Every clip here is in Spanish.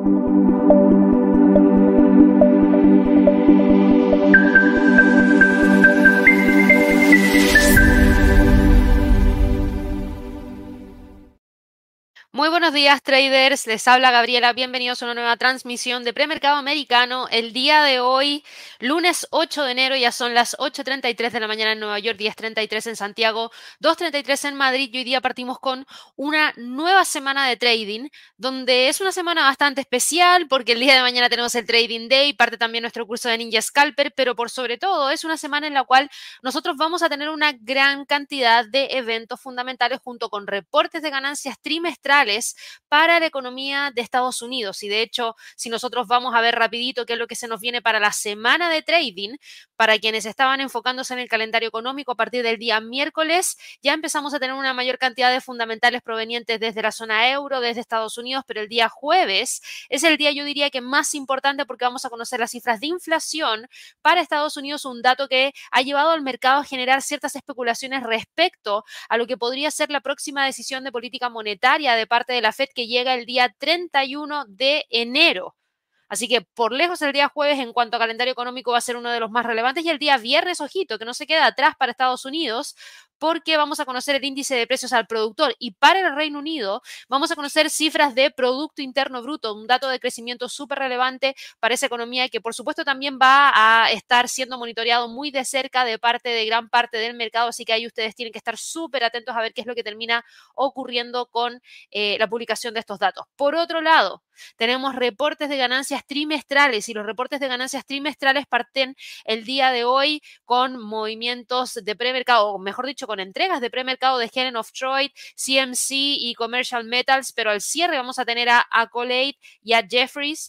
Muy buenos días, traders. Les habla Gabriela. Bienvenidos a una nueva transmisión de premercado americano. El día de hoy, lunes 8 de enero, ya son las 8:33 de la mañana en Nueva York, 10:33 en Santiago, 2:33 en Madrid. Y hoy día partimos con una nueva semana de trading, donde es una semana bastante especial porque el día de mañana tenemos el Trading Day, parte también nuestro curso de Ninja Scalper, pero por sobre todo es una semana en la cual nosotros vamos a tener una gran cantidad de eventos fundamentales junto con reportes de ganancias trimestrales para la economía de Estados Unidos. Y de hecho, si nosotros vamos a ver rapidito qué es lo que se nos viene para la semana de trading, para quienes estaban enfocándose en el calendario económico a partir del día miércoles, ya empezamos a tener una mayor cantidad de fundamentales provenientes desde la zona euro, desde Estados Unidos, pero el día jueves es el día, yo diría que más importante porque vamos a conocer las cifras de inflación para Estados Unidos, un dato que ha llevado al mercado a generar ciertas especulaciones respecto a lo que podría ser la próxima decisión de política monetaria de parte de la Fed que llega el día 31 de enero. Así que por lejos el día jueves en cuanto a calendario económico va a ser uno de los más relevantes y el día viernes, ojito, que no se queda atrás para Estados Unidos porque vamos a conocer el índice de precios al productor y para el Reino Unido vamos a conocer cifras de Producto Interno Bruto, un dato de crecimiento súper relevante para esa economía que por supuesto también va a estar siendo monitoreado muy de cerca de parte de gran parte del mercado, así que ahí ustedes tienen que estar súper atentos a ver qué es lo que termina ocurriendo con la publicación de estos datos. Por otro lado, tenemos reportes de ganancias trimestrales y los reportes de ganancias trimestrales parten el día de hoy con movimientos de premercado, o mejor dicho, con entregas de premercado de Helen of Troy, CMC y Commercial Metals, pero al cierre vamos a tener a Accolade y a Jefferies.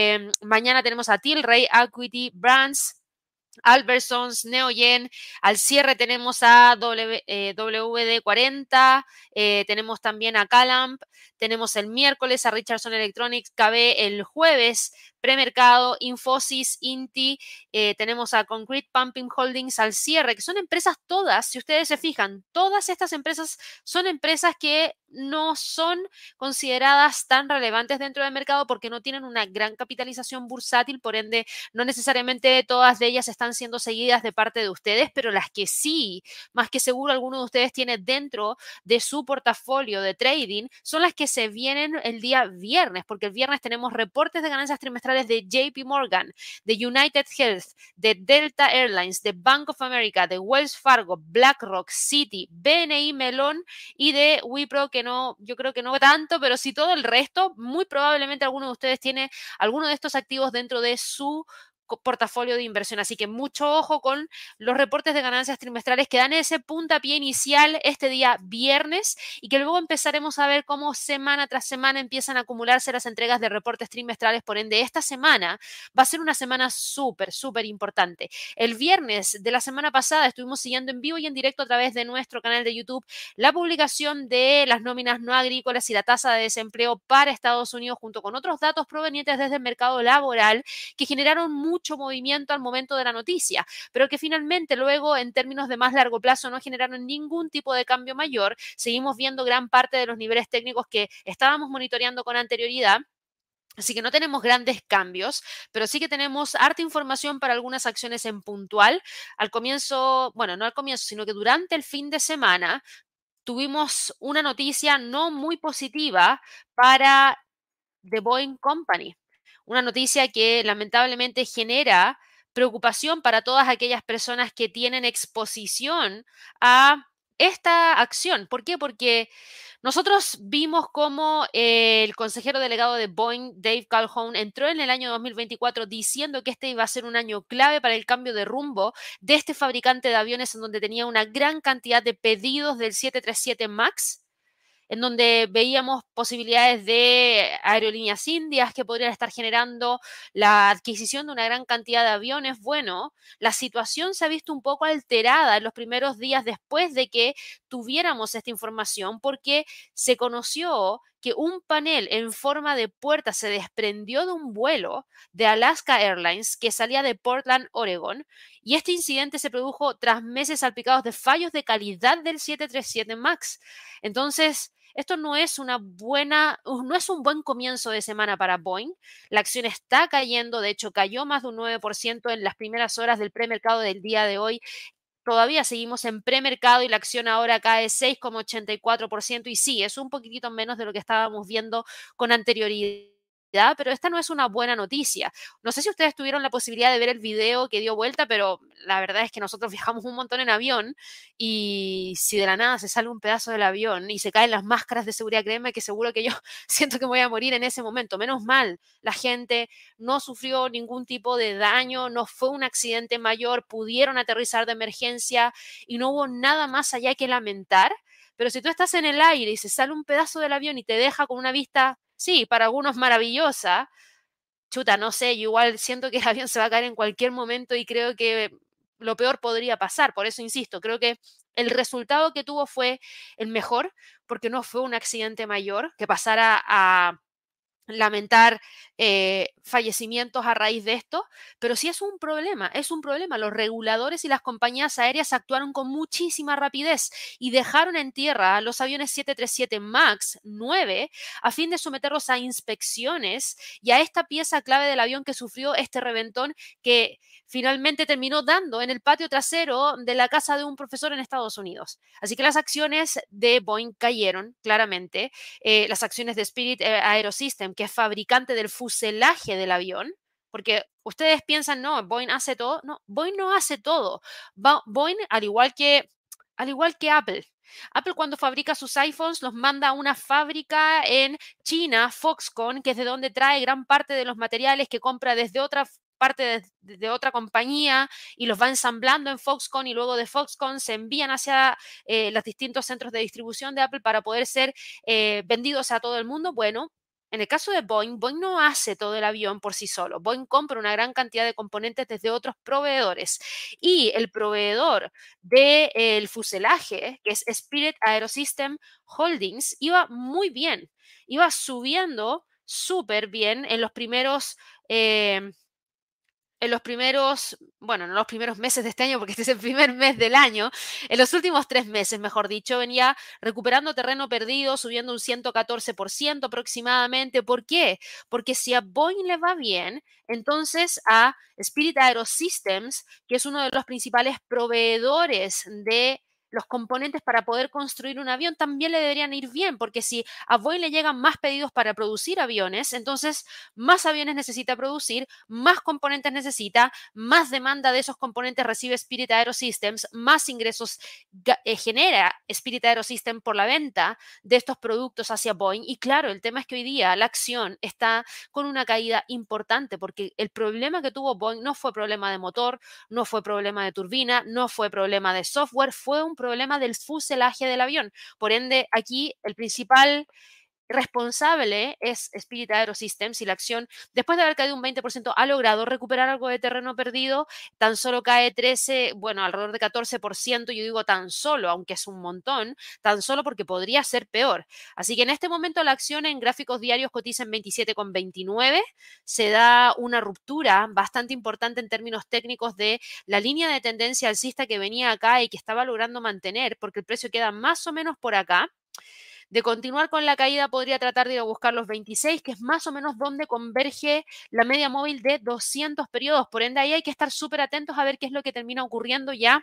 Mañana tenemos a Tilray, Equity, Brands, Albertsons, Neogen, al cierre tenemos a WD-40, tenemos también a Calamp, tenemos el miércoles a Richardson Electronics, KB el jueves, premercado, Infosys, Inti, tenemos a Concrete Pumping Holdings al cierre, que son empresas todas, si ustedes se fijan, todas estas empresas son empresas que no son consideradas tan relevantes dentro del mercado porque no tienen una gran capitalización bursátil, por ende no necesariamente todas de ellas están siendo seguidas de parte de ustedes, pero las que sí, más que seguro alguno de ustedes tiene dentro de su portafolio de trading, son las que se vienen el día viernes, porque el viernes tenemos reportes de ganancias trimestrales de JP Morgan, de United Health, de Delta Airlines, de Bank of America, de Wells Fargo, BlackRock, Citi, BNI Melon y de Wipro, que no, yo creo que no tanto, pero sí todo el resto, muy probablemente alguno de ustedes tiene alguno de estos activos dentro de su portafolio de inversión. Así que mucho ojo con los reportes de ganancias trimestrales que dan ese puntapié inicial este día viernes y que luego empezaremos a ver cómo semana tras semana empiezan a acumularse las entregas de reportes trimestrales. Por ende, esta semana va a ser una semana súper, súper importante. El viernes de la semana pasada estuvimos siguiendo en vivo y en directo a través de nuestro canal de YouTube la publicación de las nóminas no agrícolas y la tasa de desempleo para Estados Unidos junto con otros datos provenientes desde el mercado laboral que generaron mucho movimiento al momento de la noticia, pero que finalmente luego en términos de más largo plazo no generaron ningún tipo de cambio mayor. Seguimos viendo gran parte de los niveles técnicos que estábamos monitoreando con anterioridad. Así que no tenemos grandes cambios, pero sí que tenemos harta información para algunas acciones en puntual. Al comienzo, bueno, no al comienzo, sino que durante el fin de semana tuvimos una noticia no muy positiva para The Boeing Company. Una noticia que lamentablemente genera preocupación para todas aquellas personas que tienen exposición a esta acción. ¿Por qué? Porque nosotros vimos cómo el consejero delegado de Boeing, Dave Calhoun, entró en el año 2024 diciendo que este iba a ser un año clave para el cambio de rumbo de este fabricante de aviones en donde tenía una gran cantidad de pedidos del 737 MAX, en donde veíamos posibilidades de aerolíneas indias que podrían estar generando la adquisición de una gran cantidad de aviones. Bueno, la situación se ha visto un poco alterada en los primeros días después de que tuviéramos esta información, porque se conoció que un panel en forma de puerta se desprendió de un vuelo de Alaska Airlines que salía de Portland, Oregon, y este incidente se produjo tras meses salpicados de fallos de calidad del 737 MAX. Entonces, esto no es no es un buen comienzo de semana para Boeing. La acción está cayendo, de hecho cayó más de un 9% en las primeras horas del premercado del día de hoy. Todavía seguimos en premercado y la acción ahora cae 6,84% y sí, es un poquitito menos de lo que estábamos viendo con anterioridad, pero esta no es una buena noticia. No sé si ustedes tuvieron la posibilidad de ver el video que dio vuelta, pero la verdad es que nosotros viajamos un montón en avión y si de la nada se sale un pedazo del avión y se caen las máscaras de seguridad, créeme que seguro que yo siento que me voy a morir en ese momento. Menos mal, la gente no sufrió ningún tipo de daño, no fue un accidente mayor, pudieron aterrizar de emergencia y no hubo nada más allá que lamentar. Pero si tú estás en el aire y se sale un pedazo del avión y te deja con una vista, sí, para algunos maravillosa, chuta, no sé, yo igual siento que el avión se va a caer en cualquier momento y creo que lo peor podría pasar. Por eso insisto, creo que el resultado que tuvo fue el mejor, porque no fue un accidente mayor que pasara a lamentar fallecimientos a raíz de esto, pero sí es un problema, es un problema. Los reguladores y las compañías aéreas actuaron con muchísima rapidez y dejaron en tierra los aviones 737 MAX 9 a fin de someterlos a inspecciones y a esta pieza clave del avión que sufrió este reventón que finalmente terminó dando en el patio trasero de la casa de un profesor en Estados Unidos. Así que las acciones de Boeing cayeron claramente, las acciones de Spirit Aerosystem, que es fabricante del fuselaje del avión, porque ustedes piensan, no, Boeing hace todo. No, Boeing no hace todo. Boeing, al igual que Apple. Apple cuando fabrica sus iPhones los manda a una fábrica en China, Foxconn, que es de donde trae gran parte de los materiales que compra desde otra parte de otra compañía y los va ensamblando en Foxconn y luego de Foxconn se envían hacia los distintos centros de distribución de Apple para poder ser vendidos a todo el mundo. Bueno, en el caso de Boeing, Boeing no hace todo el avión por sí solo. Boeing compra una gran cantidad de componentes desde otros proveedores y el proveedor del fuselaje, que es Spirit Aerosystem Holdings, iba muy bien, iba subiendo súper bien bueno, no los primeros meses de este año, porque este es el primer mes del año, en los últimos 3 meses, mejor dicho, venía recuperando terreno perdido, subiendo un 114% aproximadamente. ¿Por qué? Porque si a Boeing le va bien, entonces a Spirit Aerosystems, que es uno de los principales proveedores de los componentes para poder construir un avión, también le deberían ir bien, porque si a Boeing le llegan más pedidos para producir aviones, entonces más aviones necesita producir, más componentes necesita, más demanda de esos componentes recibe Spirit Aerosystems, más ingresos genera Spirit Aerosystems por la venta de estos productos hacia Boeing. Y claro, el tema es que hoy día la acción está con una caída importante porque el problema que tuvo Boeing no fue problema de motor, no fue problema de turbina, no fue problema de software, fue un problema del fuselaje del avión. Por ende, aquí el principal responsable es Spirit Aerosystems y la acción, después de haber caído un 20%, ha logrado recuperar algo de terreno perdido, tan solo cae 13, bueno, alrededor de 14%, yo digo tan solo, aunque es un montón, tan solo porque podría ser peor. Así que en este momento la acción en gráficos diarios cotiza en 27,29, se da una ruptura bastante importante en términos técnicos de la línea de tendencia alcista que venía acá y que estaba logrando mantener, porque el precio queda más o menos por acá. De continuar con la caída, podría tratar de ir a buscar los 26, que es más o menos donde converge la media móvil de 200 periodos. Por ende, ahí hay que estar súper atentos a ver qué es lo que termina ocurriendo ya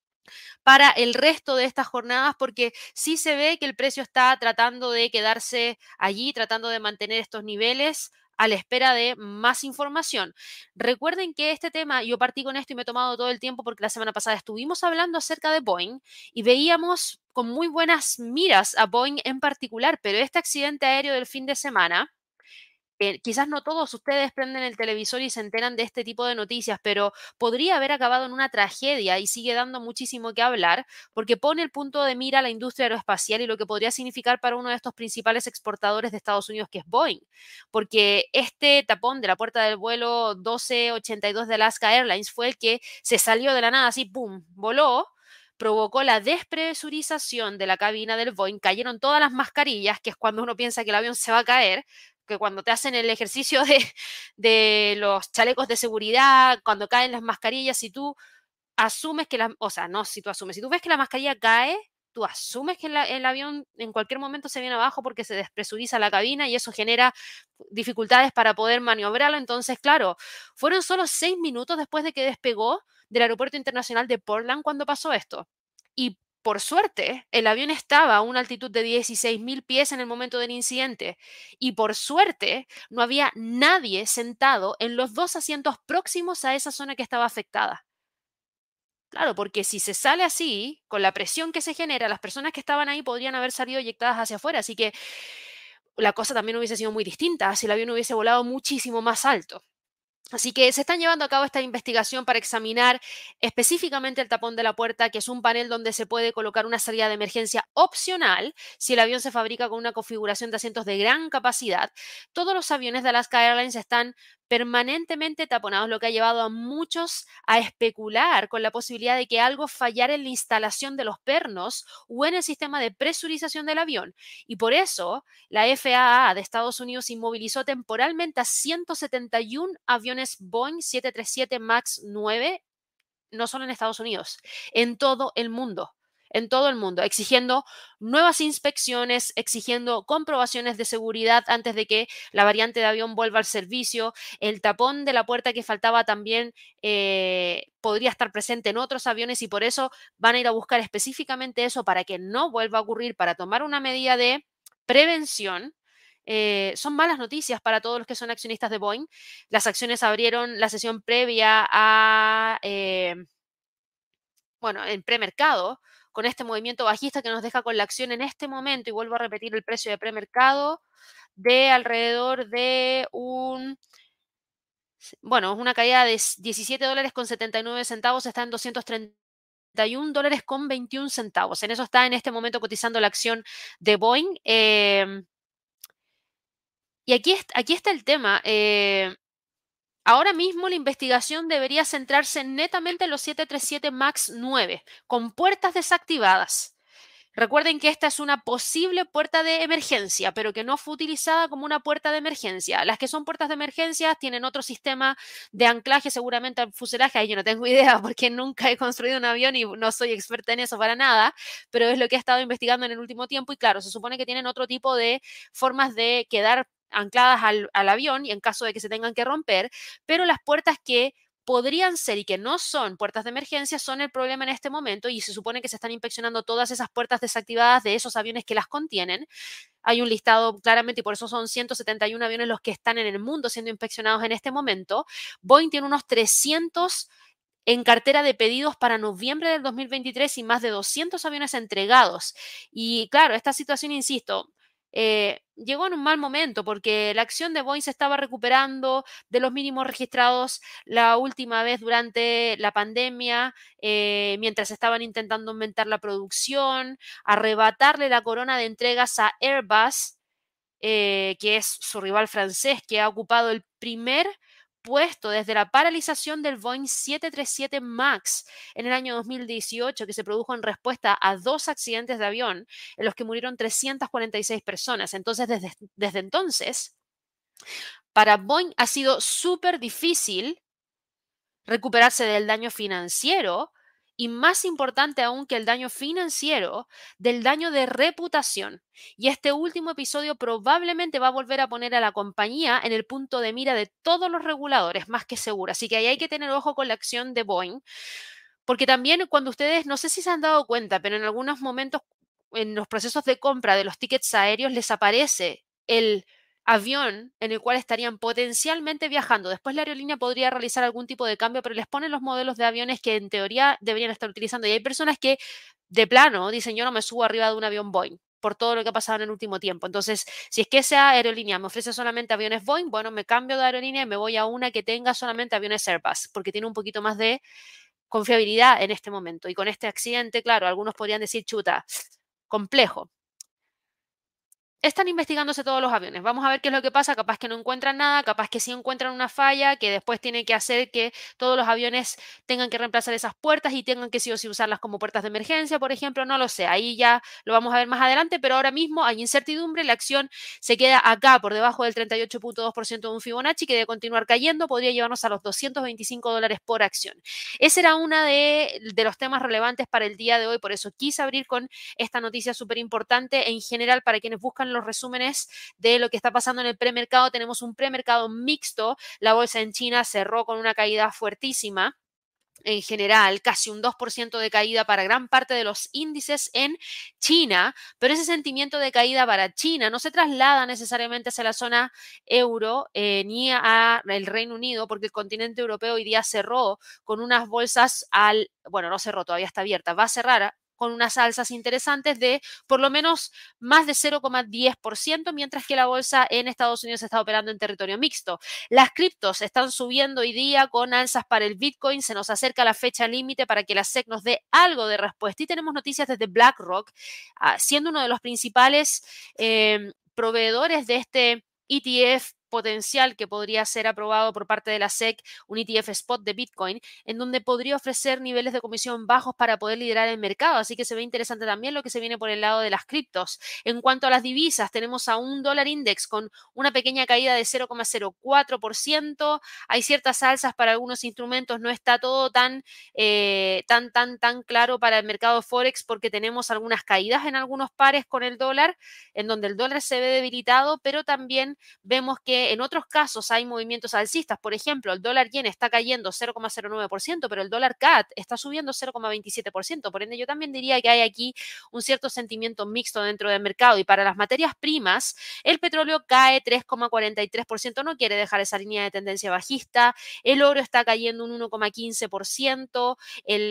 para el resto de estas jornadas, porque sí se ve que el precio está tratando de quedarse allí, tratando de mantener estos niveles a la espera de más información. Recuerden que este tema, yo partí con esto y me he tomado todo el tiempo porque la semana pasada estuvimos hablando acerca de Boeing y veíamos con muy buenas miras a Boeing en particular, pero este accidente aéreo del fin de semana, quizás no todos ustedes prenden el televisor y se enteran de este tipo de noticias, pero podría haber acabado en una tragedia y sigue dando muchísimo que hablar porque pone el punto de mira a la industria aeroespacial y lo que podría significar para uno de estos principales exportadores de Estados Unidos, que es Boeing, porque este tapón de la puerta del vuelo 1282 de Alaska Airlines fue el que se salió de la nada, así, ¡pum!, voló. provocó la despresurización de la cabina del Boeing, cayeron todas las mascarillas, que es cuando uno piensa que el avión se va a caer, que cuando te hacen el ejercicio de los chalecos de seguridad, cuando caen las mascarillas, si tú asumes que o sea, no si tú asumes, si tú ves que la mascarilla cae, tú asumes que el avión en cualquier momento se viene abajo porque se despresuriza la cabina y eso genera dificultades para poder maniobrarlo. Entonces, claro, fueron solo 6 minutos después de que despegó del Aeropuerto Internacional de Portland cuando pasó esto. Y por suerte, el avión estaba a una altitud de 16.000 pies en el momento del incidente. Y por suerte, no había nadie sentado en los dos asientos próximos a esa zona que estaba afectada. Claro, porque si se sale así, con la presión que se genera, las personas que estaban ahí podrían haber salido eyectadas hacia afuera. Así que la cosa también hubiese sido muy distinta si el avión hubiese volado muchísimo más alto. Así que se están llevando a cabo esta investigación para examinar específicamente el tapón de la puerta, que es un panel donde se puede colocar una salida de emergencia opcional si el avión se fabrica con una configuración de asientos de gran capacidad. Todos los aviones de Alaska Airlines están permanentemente taponados, lo que ha llevado a muchos a especular con la posibilidad de que algo fallara en la instalación de los pernos o en el sistema de presurización del avión. Y por eso la FAA de Estados Unidos inmovilizó temporalmente a 171 aviones Boeing 737 MAX 9, no solo en Estados Unidos, en todo el mundo, exigiendo nuevas inspecciones, exigiendo comprobaciones de seguridad antes de que la variante de avión vuelva al servicio. El tapón de la puerta que faltaba también podría estar presente en otros aviones y por eso van a ir a buscar específicamente eso para que no vuelva a ocurrir, para tomar una medida de prevención. Son malas noticias para todos los que son accionistas de Boeing. Las acciones abrieron la sesión previa a, bueno, en premercado, con este movimiento bajista que nos deja con la acción en este momento, y vuelvo a repetir el precio de premercado, de alrededor de bueno, una caída de $17.79, está en $231.21. En eso está en este momento cotizando la acción de Boeing. Y aquí está el tema. Ahora mismo la investigación debería centrarse netamente en los 737 MAX 9, con puertas desactivadas. Recuerden que esta es una posible puerta de emergencia, pero que no fue utilizada como una puerta de emergencia. Las que son puertas de emergencia tienen otro sistema de anclaje, seguramente al fuselaje. Ahí yo no tengo idea porque nunca he construido un avión y no soy experta en eso para nada, pero es lo que he estado investigando en el último tiempo. Y claro, se supone que tienen otro tipo de formas de quedar ancladas al avión y en caso de que se tengan que romper, pero las puertas que podrían ser y que no son puertas de emergencia son el problema en este momento y se supone que se están inspeccionando todas esas puertas desactivadas de esos aviones que las contienen. Hay un listado claramente y por eso son 171 aviones los que están en el mundo siendo inspeccionados en este momento. Boeing tiene unos 300 en cartera de pedidos para noviembre del 2023 y más de 200 aviones entregados. Y claro, esta situación, insisto, llegó en un mal momento porque la acción de Boeing se estaba recuperando de los mínimos registrados la última vez durante la pandemia, mientras estaban intentando aumentar la producción, arrebatarle la corona de entregas a Airbus, que es su rival francés, que ha ocupado el primer puesto desde la paralización del Boeing 737 MAX en el año 2018, que se produjo en respuesta a 2 accidentes de avión en los que murieron 346 personas. Entonces, desde entonces, para Boeing ha sido súper difícil recuperarse del daño financiero y más importante aún que el daño financiero, del daño de reputación. Y este último episodio probablemente va a volver a poner a la compañía en el punto de mira de todos los reguladores, más que seguro. Así que ahí hay que tener ojo con la acción de Boeing, porque también cuando ustedes, no sé si se han dado cuenta, pero en algunos momentos en los procesos de compra de los tickets aéreos les aparece el avión en el cual estarían potencialmente viajando. Después la aerolínea podría realizar algún tipo de cambio, pero les ponen los modelos de aviones que en teoría deberían estar utilizando. Y hay personas que de plano dicen, yo no me subo arriba de un avión Boeing por todo lo que ha pasado en el último tiempo. Entonces, si es que esa aerolínea me ofrece solamente aviones Boeing, bueno, me cambio de aerolínea y me voy a una que tenga solamente aviones Airbus, porque tiene un poquito más de confiabilidad en este momento. Y con este accidente, claro, algunos podrían decir, chuta, complejo. están investigándose todos los aviones. Vamos a ver qué es lo que pasa. Capaz que no encuentran nada, capaz que sí encuentran una falla que después tiene que hacer que todos los aviones tengan que reemplazar esas puertas y tengan que sí o sí usarlas como puertas de emergencia, por ejemplo. No lo sé. Ahí ya lo vamos a ver más adelante, pero ahora mismo hay incertidumbre. La acción se queda acá por debajo del 38.2% de un Fibonacci que debe continuar cayendo. Podría llevarnos a los $225 por acción. Ese era uno de los temas relevantes para el día de hoy. Por eso quise abrir con esta noticia súper importante en general para quienes buscan los resúmenes de lo que está pasando en el premercado. Tenemos un premercado mixto. La bolsa en China cerró con una caída fuertísima. En general, casi un 2% de caída para gran parte de los índices en China, pero ese sentimiento de caída para China no se traslada necesariamente hacia la zona euro ni a el Reino Unido, porque el continente europeo hoy día cerró con unas bolsas bueno, no cerró, todavía está abierta, va a cerrar con unas alzas interesantes de por lo menos más de 0,10%, mientras que la bolsa en Estados Unidos está operando en territorio mixto. Las criptos están subiendo hoy día con alzas para el Bitcoin. Se nos acerca la fecha límite para que la SEC nos dé algo de respuesta. Y tenemos noticias desde BlackRock, siendo uno de los principales proveedores de este ETF potencial que podría ser aprobado por parte de la SEC, un ETF spot de Bitcoin, en donde podría ofrecer niveles de comisión bajos para poder liderar el mercado. Así que se ve interesante también lo que se viene por el lado de las criptos. En cuanto a las divisas, tenemos a un dólar index con una pequeña caída de 0,04%. Hay ciertas alzas para algunos instrumentos. No está todo tan claro para el mercado Forex porque tenemos algunas caídas en algunos pares con el dólar, en donde el dólar se ve debilitado, pero también vemos que en otros casos hay movimientos alcistas. Por ejemplo, el dólar yen está cayendo 0,09%, pero el dólar CAD está subiendo 0,27%. Por ende, yo también diría que hay aquí un cierto sentimiento mixto dentro del mercado. Y para las materias primas, el petróleo cae 3,43%, no quiere dejar esa línea de tendencia bajista. El oro está cayendo un 1,15%.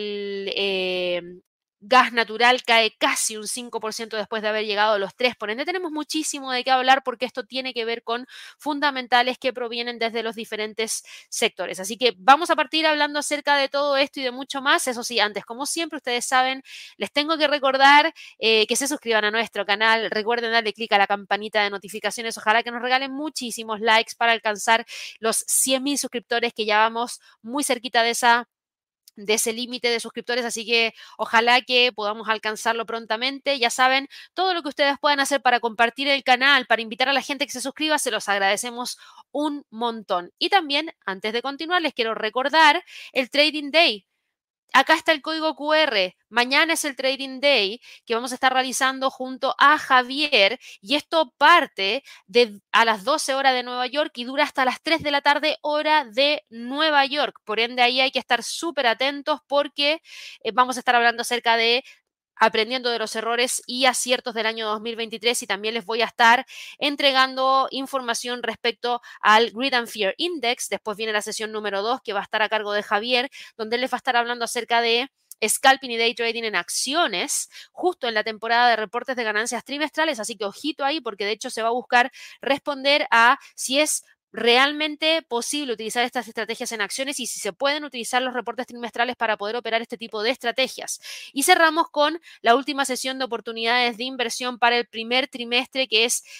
El gas natural cae casi un 5% después de haber llegado a los 3. Por ende, tenemos muchísimo de qué hablar porque esto tiene que ver con fundamentales que provienen desde los diferentes sectores. Así que vamos a partir hablando acerca de todo esto y de mucho más. Eso sí, antes, como siempre, ustedes saben, les tengo que recordar que se suscriban a nuestro canal. Recuerden darle clic a la campanita de notificaciones. Ojalá que nos regalen muchísimos likes para alcanzar los 100.000 suscriptores, que ya vamos muy cerquita de ese límite de suscriptores, así que ojalá que podamos alcanzarlo prontamente. Ya saben, todo lo que ustedes puedan hacer para compartir el canal, para invitar a la gente que se suscriba, se los agradecemos un montón. Y también, antes de continuar, les quiero recordar el Trading Day. Acá está el código QR. Mañana es el Trading Day que vamos a estar realizando junto a Javier y esto parte a las 12 horas de Nueva York y dura hasta las 3 de la tarde hora de Nueva York. Por ende, ahí hay que estar súper atentos porque vamos a estar hablando acerca de aprendiendo de los errores y aciertos del año 2023 y también les voy a estar entregando información respecto al Greed and Fear Index. Después viene la sesión número 2 que va a estar a cargo de Javier, donde él les va a estar hablando acerca de scalping y day trading en acciones, justo en la temporada de reportes de ganancias trimestrales, así que ojito ahí porque de hecho se va a buscar responder a si es realmente posible utilizar estas estrategias en acciones y si se pueden utilizar los reportes trimestrales para poder operar este tipo de estrategias. Y cerramos con la última sesión de oportunidades de inversión para el primer trimestre, que es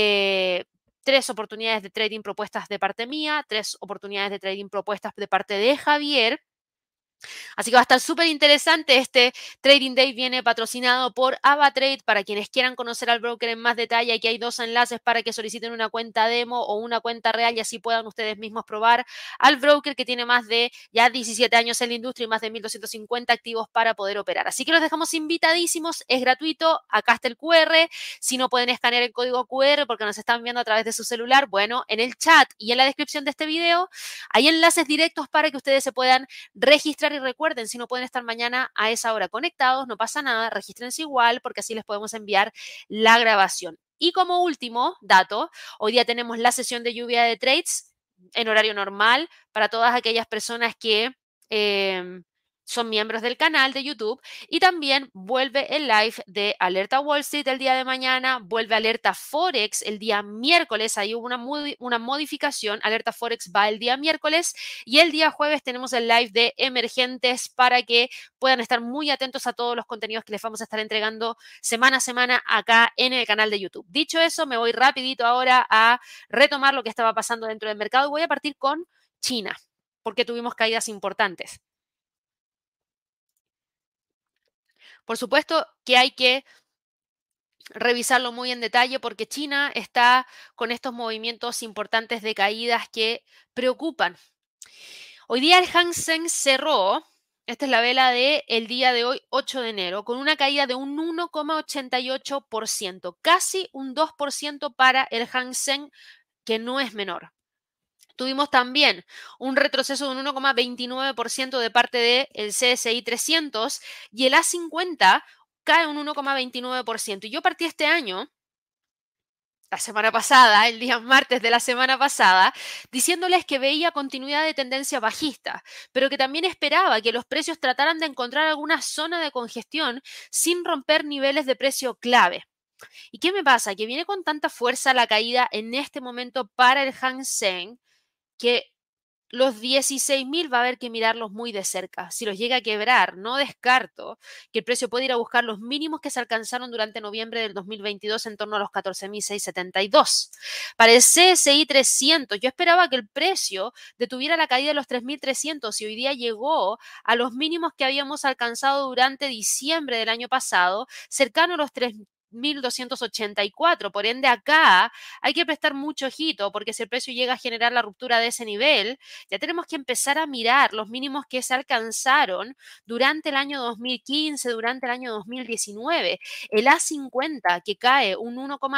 3 oportunidades de trading propuestas de parte mía, 3 oportunidades de trading propuestas de parte de Javier. Así que va a estar súper interesante. Este Trading Day viene patrocinado por AvaTrade. Para quienes quieran conocer al broker en más detalle, aquí hay 2 enlaces para que soliciten una cuenta demo o una cuenta real y así puedan ustedes mismos probar al broker que tiene más de ya 17 años en la industria y más de 1.250 activos para poder operar. Así que los dejamos invitadísimos. Es gratuito. Acá está el QR. Si no pueden escanear el código QR porque nos están viendo a través de su celular, bueno, en el chat y en la descripción de este video hay enlaces directos para que ustedes se puedan registrar y recuerden, si no pueden estar mañana a esa hora conectados, no pasa nada, regístrense igual porque así les podemos enviar la grabación. Y como último dato, hoy día tenemos la sesión de lluvia de trades en horario normal para todas aquellas personas que son miembros del canal de YouTube y también vuelve el live de Alerta Wall Street el día de mañana, vuelve Alerta Forex el día miércoles, ahí hubo una modificación, Alerta Forex va el día miércoles y el día jueves tenemos el live de emergentes para que puedan estar muy atentos a todos los contenidos que les vamos a estar entregando semana a semana acá en el canal de YouTube. Dicho eso, me voy rapidito ahora a retomar lo que estaba pasando dentro del mercado y voy a partir con China, porque tuvimos caídas importantes. Por supuesto que hay que revisarlo muy en detalle porque China está con estos movimientos importantes de caídas que preocupan. Hoy día el Hang Seng cerró, esta es la vela del día de hoy, 8 de enero, con una caída de un 1,88%, casi un 2% para el Hang Seng, que no es menor. Tuvimos también un retroceso de un 1,29% de parte del CSI 300 y el A50 cae un 1,29%. Y yo partí este año, la semana pasada, el día martes de la semana pasada, diciéndoles que veía continuidad de tendencia bajista, pero que también esperaba que los precios trataran de encontrar alguna zona de congestión sin romper niveles de precio clave. ¿Y qué me pasa? Que viene con tanta fuerza la caída en este momento para el Hang Seng que los 16.000 va a haber que mirarlos muy de cerca. Si los llega a quebrar, no descarto que el precio puede ir a buscar los mínimos que se alcanzaron durante noviembre del 2022 en torno a los 14.672. Para el CSI 300, yo esperaba que el precio detuviera la caída de los 3.300 y hoy día llegó a los mínimos que habíamos alcanzado durante diciembre del año pasado, cercano a los 3.284. Por ende, acá hay que prestar mucho ojito porque si el precio llega a generar la ruptura de ese nivel, ya tenemos que empezar a mirar los mínimos que se alcanzaron durante el año 2015, durante el año 2019. El A50, que cae un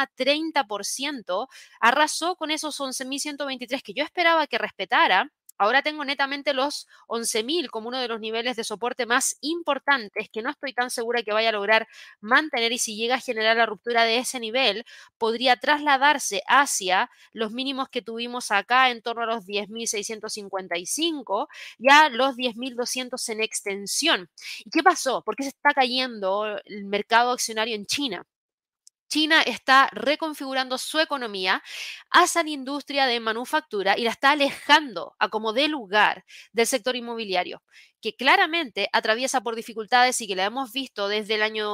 1,30%, arrasó con esos 11.123 que yo esperaba que respetara. Ahora tengo netamente los 11.000 como uno de los niveles de soporte más importantes que no estoy tan segura que vaya a lograr mantener y si llega a generar la ruptura de ese nivel, podría trasladarse hacia los mínimos que tuvimos acá en torno a los 10.655 y a los 10.200 en extensión. ¿Y qué pasó? ¿Por qué se está cayendo el mercado accionario en China? China está reconfigurando su economía hacia la industria de manufactura y la está alejando a como dé lugar del sector inmobiliario, que claramente atraviesa por dificultades y que la hemos visto desde el año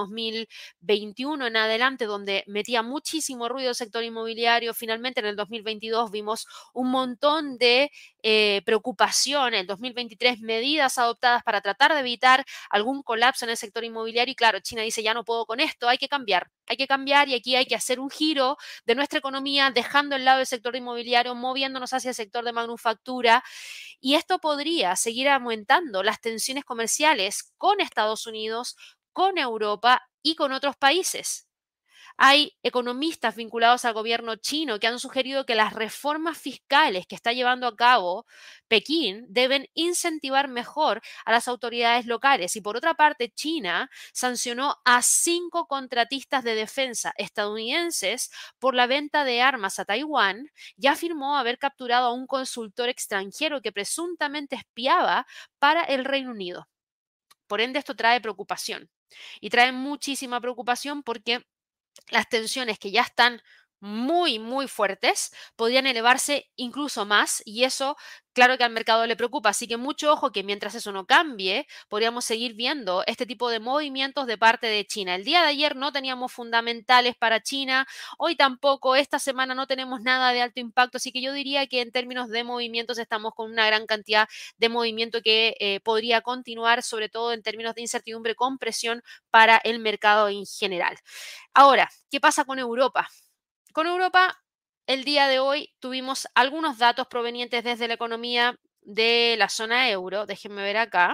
2021 en adelante, donde metía muchísimo ruido el sector inmobiliario. Finalmente en el 2022 vimos un montón de preocupación, en el 2023 medidas adoptadas para tratar de evitar algún colapso en el sector inmobiliario y claro, China dice ya no puedo con esto, hay que cambiar y aquí hay que hacer un giro de nuestra economía dejando el lado del sector inmobiliario, moviéndonos hacia el sector de manufactura y esto podría seguir aumentando las tensiones comerciales con Estados Unidos, con Europa y con otros países. Hay economistas vinculados al gobierno chino que han sugerido que las reformas fiscales que está llevando a cabo Pekín deben incentivar mejor a las autoridades locales. Y por otra parte, China sancionó a 5 contratistas de defensa estadounidenses por la venta de armas a Taiwán y afirmó haber capturado a un consultor extranjero que presuntamente espiaba para el Reino Unido. Por ende, esto trae preocupación. Y trae muchísima preocupación porque las tensiones que ya están muy, muy fuertes podrían elevarse incluso más y eso, claro que al mercado le preocupa. Así que mucho ojo que mientras eso no cambie, podríamos seguir viendo este tipo de movimientos de parte de China. El día de ayer no teníamos fundamentales para China, hoy tampoco, esta semana no tenemos nada de alto impacto, así que yo diría que en términos de movimientos estamos con una gran cantidad de movimiento que podría continuar, sobre todo en términos de incertidumbre con presión para el mercado en general. Ahora, ¿qué pasa con Europa? Con Europa, el día de hoy tuvimos algunos datos provenientes desde la economía de la zona euro. Déjenme ver acá.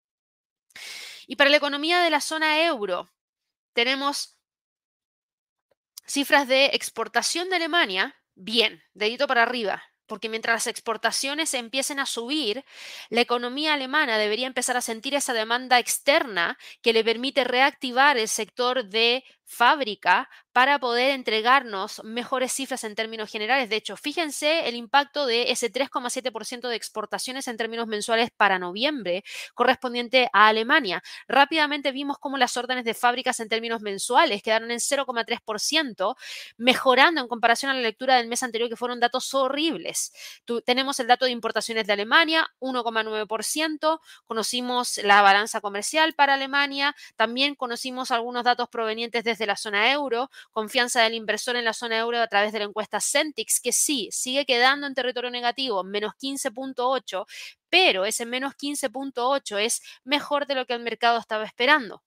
Y para la economía de la zona euro, tenemos cifras de exportación de Alemania, bien, dedito para arriba, porque mientras las exportaciones empiecen a subir, la economía alemana debería empezar a sentir esa demanda externa que le permite reactivar el sector de fábrica para poder entregarnos mejores cifras en términos generales. De hecho, fíjense el impacto de ese 3,7% de exportaciones en términos mensuales para noviembre correspondiente a Alemania. Rápidamente vimos cómo las órdenes de fábricas en términos mensuales quedaron en 0,3%, mejorando en comparación a la lectura del mes anterior, que fueron datos horribles. Tenemos el dato de importaciones de Alemania, 1,9%. Conocimos la balanza comercial para Alemania. También conocimos algunos datos provenientes desde la zona euro, confianza del inversor en la zona euro a través de la encuesta Centix, que sí, sigue quedando en territorio negativo, menos 15,8, pero ese menos 15,8 es mejor de lo que el mercado estaba esperando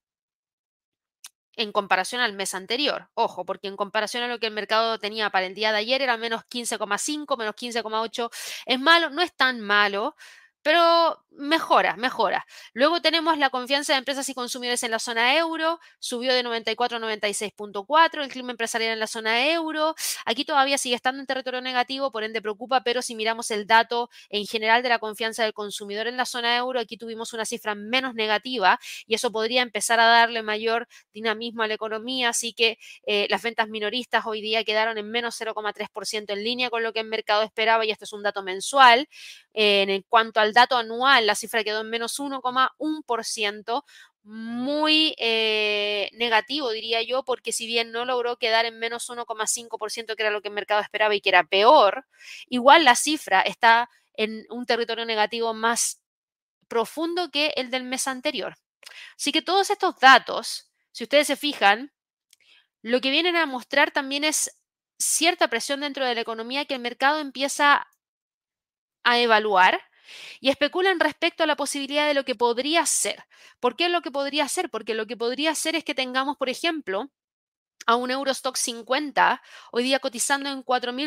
en comparación al mes anterior. Ojo, porque en comparación a lo que el mercado tenía para el día de ayer era menos 15,5, menos 15,8. Es malo, no es tan malo, pero mejora, mejora. Luego tenemos la confianza de empresas y consumidores en la zona euro, subió de 94 a 96,4, el clima empresarial en la zona euro. Aquí todavía sigue estando en territorio negativo, por ende preocupa, pero si miramos el dato en general de la confianza del consumidor en la zona euro, aquí tuvimos una cifra menos negativa y eso podría empezar a darle mayor dinamismo a la economía, así que las ventas minoristas hoy día quedaron en menos 0,3% en línea con lo que el mercado esperaba y esto es un dato mensual. En cuanto al dato anual, la cifra quedó en menos 1,1%, muy negativo, diría yo, porque si bien no logró quedar en menos 1,5%, que era lo que el mercado esperaba y que era peor, igual la cifra está en un territorio negativo más profundo que el del mes anterior. Así que todos estos datos, si ustedes se fijan, lo que vienen a mostrar también es cierta presión dentro de la economía que el mercado empieza a evaluar y especulan respecto a la posibilidad de lo que podría ser. ¿Por qué lo que podría ser? Porque lo que podría ser es que tengamos, por ejemplo, a un Eurostock 50, hoy día cotizando en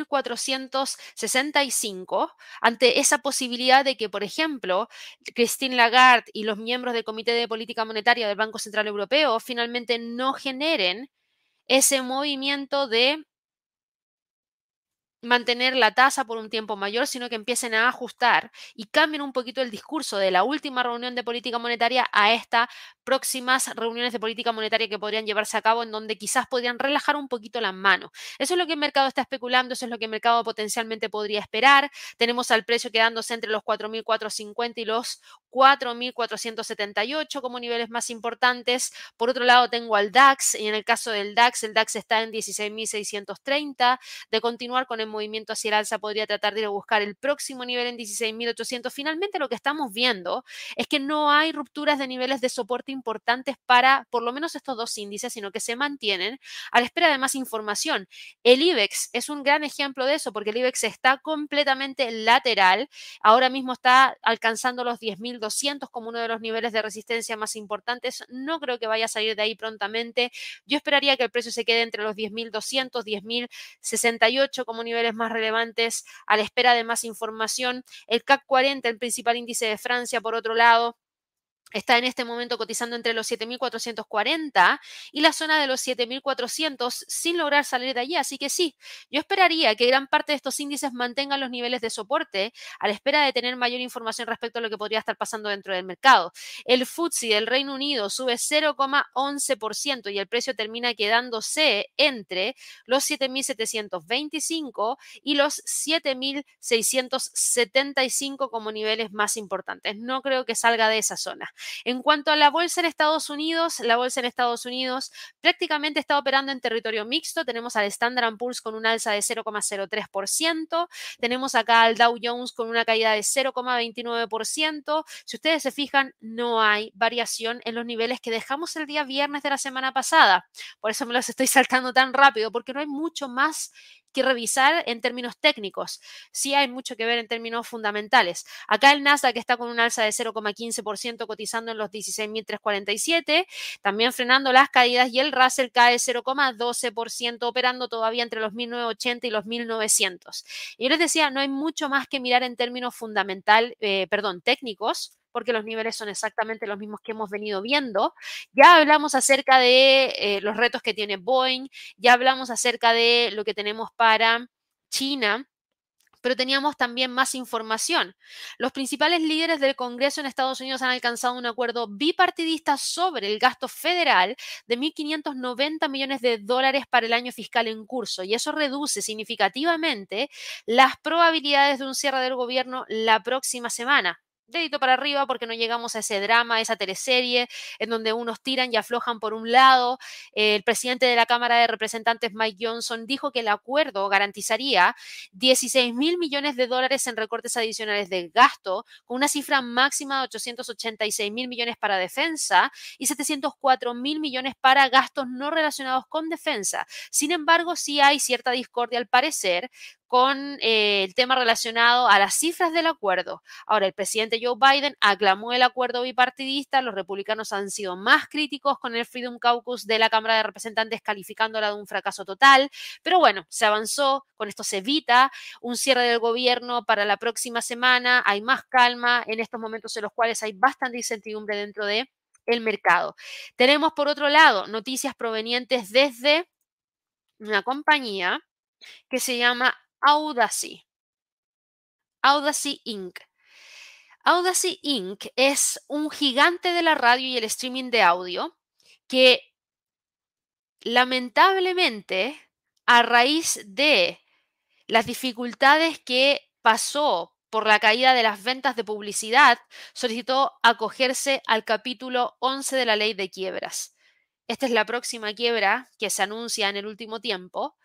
4.465, ante esa posibilidad de que, por ejemplo, Christine Lagarde y los miembros del Comité de Política Monetaria del Banco Central Europeo finalmente no generen ese movimiento de mantener la tasa por un tiempo mayor, sino que empiecen a ajustar y cambien un poquito el discurso de la última reunión de política monetaria a estas próximas reuniones de política monetaria que podrían llevarse a cabo, en donde quizás podrían relajar un poquito las manos. Eso es lo que el mercado está especulando, eso es lo que el mercado potencialmente podría esperar. Tenemos al precio quedándose entre los 4.450 y los 4.478 como niveles más importantes. Por otro lado, tengo al DAX, y en el caso del DAX, el DAX está en 16.630. De continuar con el movimiento hacia el alza, podría tratar de ir a buscar el próximo nivel en 16.800. Finalmente, lo que estamos viendo es que no hay rupturas de niveles de soporte importantes para por lo menos estos dos índices, sino que se mantienen a la espera de más información. El IBEX es un gran ejemplo de eso, porque el IBEX está completamente lateral. Ahora mismo está alcanzando los 10.200 como uno de los niveles de resistencia más importantes. No creo que vaya a salir de ahí prontamente. Yo esperaría que el precio se quede entre los 10.200, 10.068 como niveles más relevantes a la espera de más información. El CAC 40, el principal índice de Francia, por otro lado, está en este momento cotizando entre los 7.440 y la zona de los 7.400 sin lograr salir de allí. Así que sí, yo esperaría que gran parte de estos índices mantengan los niveles de soporte a la espera de tener mayor información respecto a lo que podría estar pasando dentro del mercado. El FTSE del Reino Unido sube 0,11% y el precio termina quedándose entre los 7.725 y los 7.675 como niveles más importantes. No creo que salga de esa zona. En cuanto a la bolsa en Estados Unidos, la bolsa en Estados Unidos prácticamente está operando en territorio mixto. Tenemos al Standard & Poor's con un alza de 0,03%. Tenemos acá al Dow Jones con una caída de 0,29%. Si ustedes se fijan, no hay variación en los niveles que dejamos el día viernes de la semana pasada. Por eso me los estoy saltando tan rápido, porque no hay mucho más que revisar en términos técnicos. Sí hay mucho que ver en términos fundamentales. Acá el Nasdaq está con un alza de 0,15% cotizando en los 16.347, también frenando las caídas, y el Russell cae 0,12% operando todavía entre los 1.980 y los 1.900. Y yo les decía, no hay mucho más que mirar en términos técnicos, porque los niveles son exactamente los mismos que hemos venido viendo. Ya hablamos acerca de los retos que tiene Boeing, ya hablamos acerca de lo que tenemos para China, Pero teníamos también más información. Los principales líderes del Congreso en Estados Unidos han alcanzado un acuerdo bipartidista sobre el gasto federal de 1.590 millones de dólares para el año fiscal en curso, y eso reduce significativamente las probabilidades de un cierre del gobierno la próxima semana. Dedito para arriba porque no llegamos a ese drama, a esa teleserie en donde unos tiran y aflojan por un lado. El presidente de la Cámara de Representantes, Mike Johnson, dijo que el acuerdo garantizaría 16 mil millones de dólares en recortes adicionales de gasto, con una cifra máxima de 886 mil millones para defensa y 704 mil millones para gastos no relacionados con defensa. Sin embargo, sí hay cierta discordia al parecer con el tema relacionado a las cifras del acuerdo. Ahora, el presidente Joe Biden aclamó el acuerdo bipartidista, los republicanos han sido más críticos con el Freedom Caucus de la Cámara de Representantes calificándola de un fracaso total, pero bueno, se avanzó, con esto se evita un cierre del gobierno para la próxima semana, hay más calma en estos momentos en los cuales hay bastante incertidumbre dentro de el mercado. Tenemos por otro lado noticias provenientes desde una compañía que se llama Audacy, Audacy Inc. Audacy Inc. es un gigante de la radio y el streaming de audio que lamentablemente a raíz de las dificultades que pasó por la caída de las ventas de publicidad, solicitó acogerse al capítulo 11 de la ley de quiebras. Esta es la próxima quiebra que se anuncia en el último tiempo.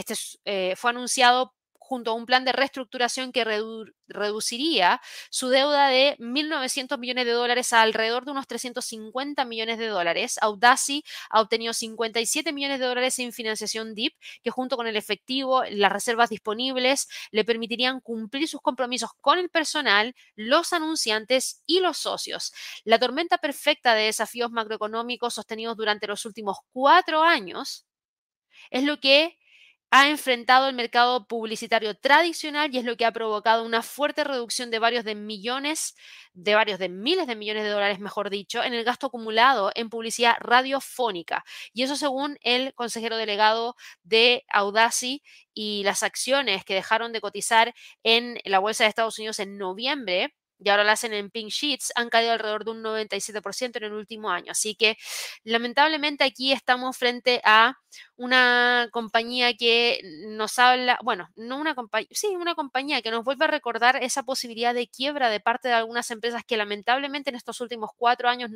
Fue anunciado junto a un plan de reestructuración que reduciría su deuda de 1.900 millones de dólares a alrededor de unos 350 millones de dólares. Audacy ha obtenido 57 millones de dólares en financiación DIP, que junto con el efectivo, las reservas disponibles, le permitirían cumplir sus compromisos con el personal, los anunciantes y los socios. La tormenta perfecta de desafíos macroeconómicos sostenidos durante los últimos 4 años es lo que ha enfrentado el mercado publicitario tradicional y es lo que ha provocado una fuerte reducción de varios de millones, de varios de miles de millones de dólares, mejor dicho, en el gasto acumulado en publicidad radiofónica. Y eso según el consejero delegado de Audacy, y las acciones que dejaron de cotizar en la bolsa de Estados Unidos en noviembre y ahora la hacen en Pink Sheets, han caído alrededor de un 97% en el último año. Así que lamentablemente aquí estamos frente a una compañía que nos habla, bueno, no una compañía, sí, una compañía que nos vuelve a recordar esa posibilidad de quiebra de parte de algunas empresas que lamentablemente en estos últimos 4 años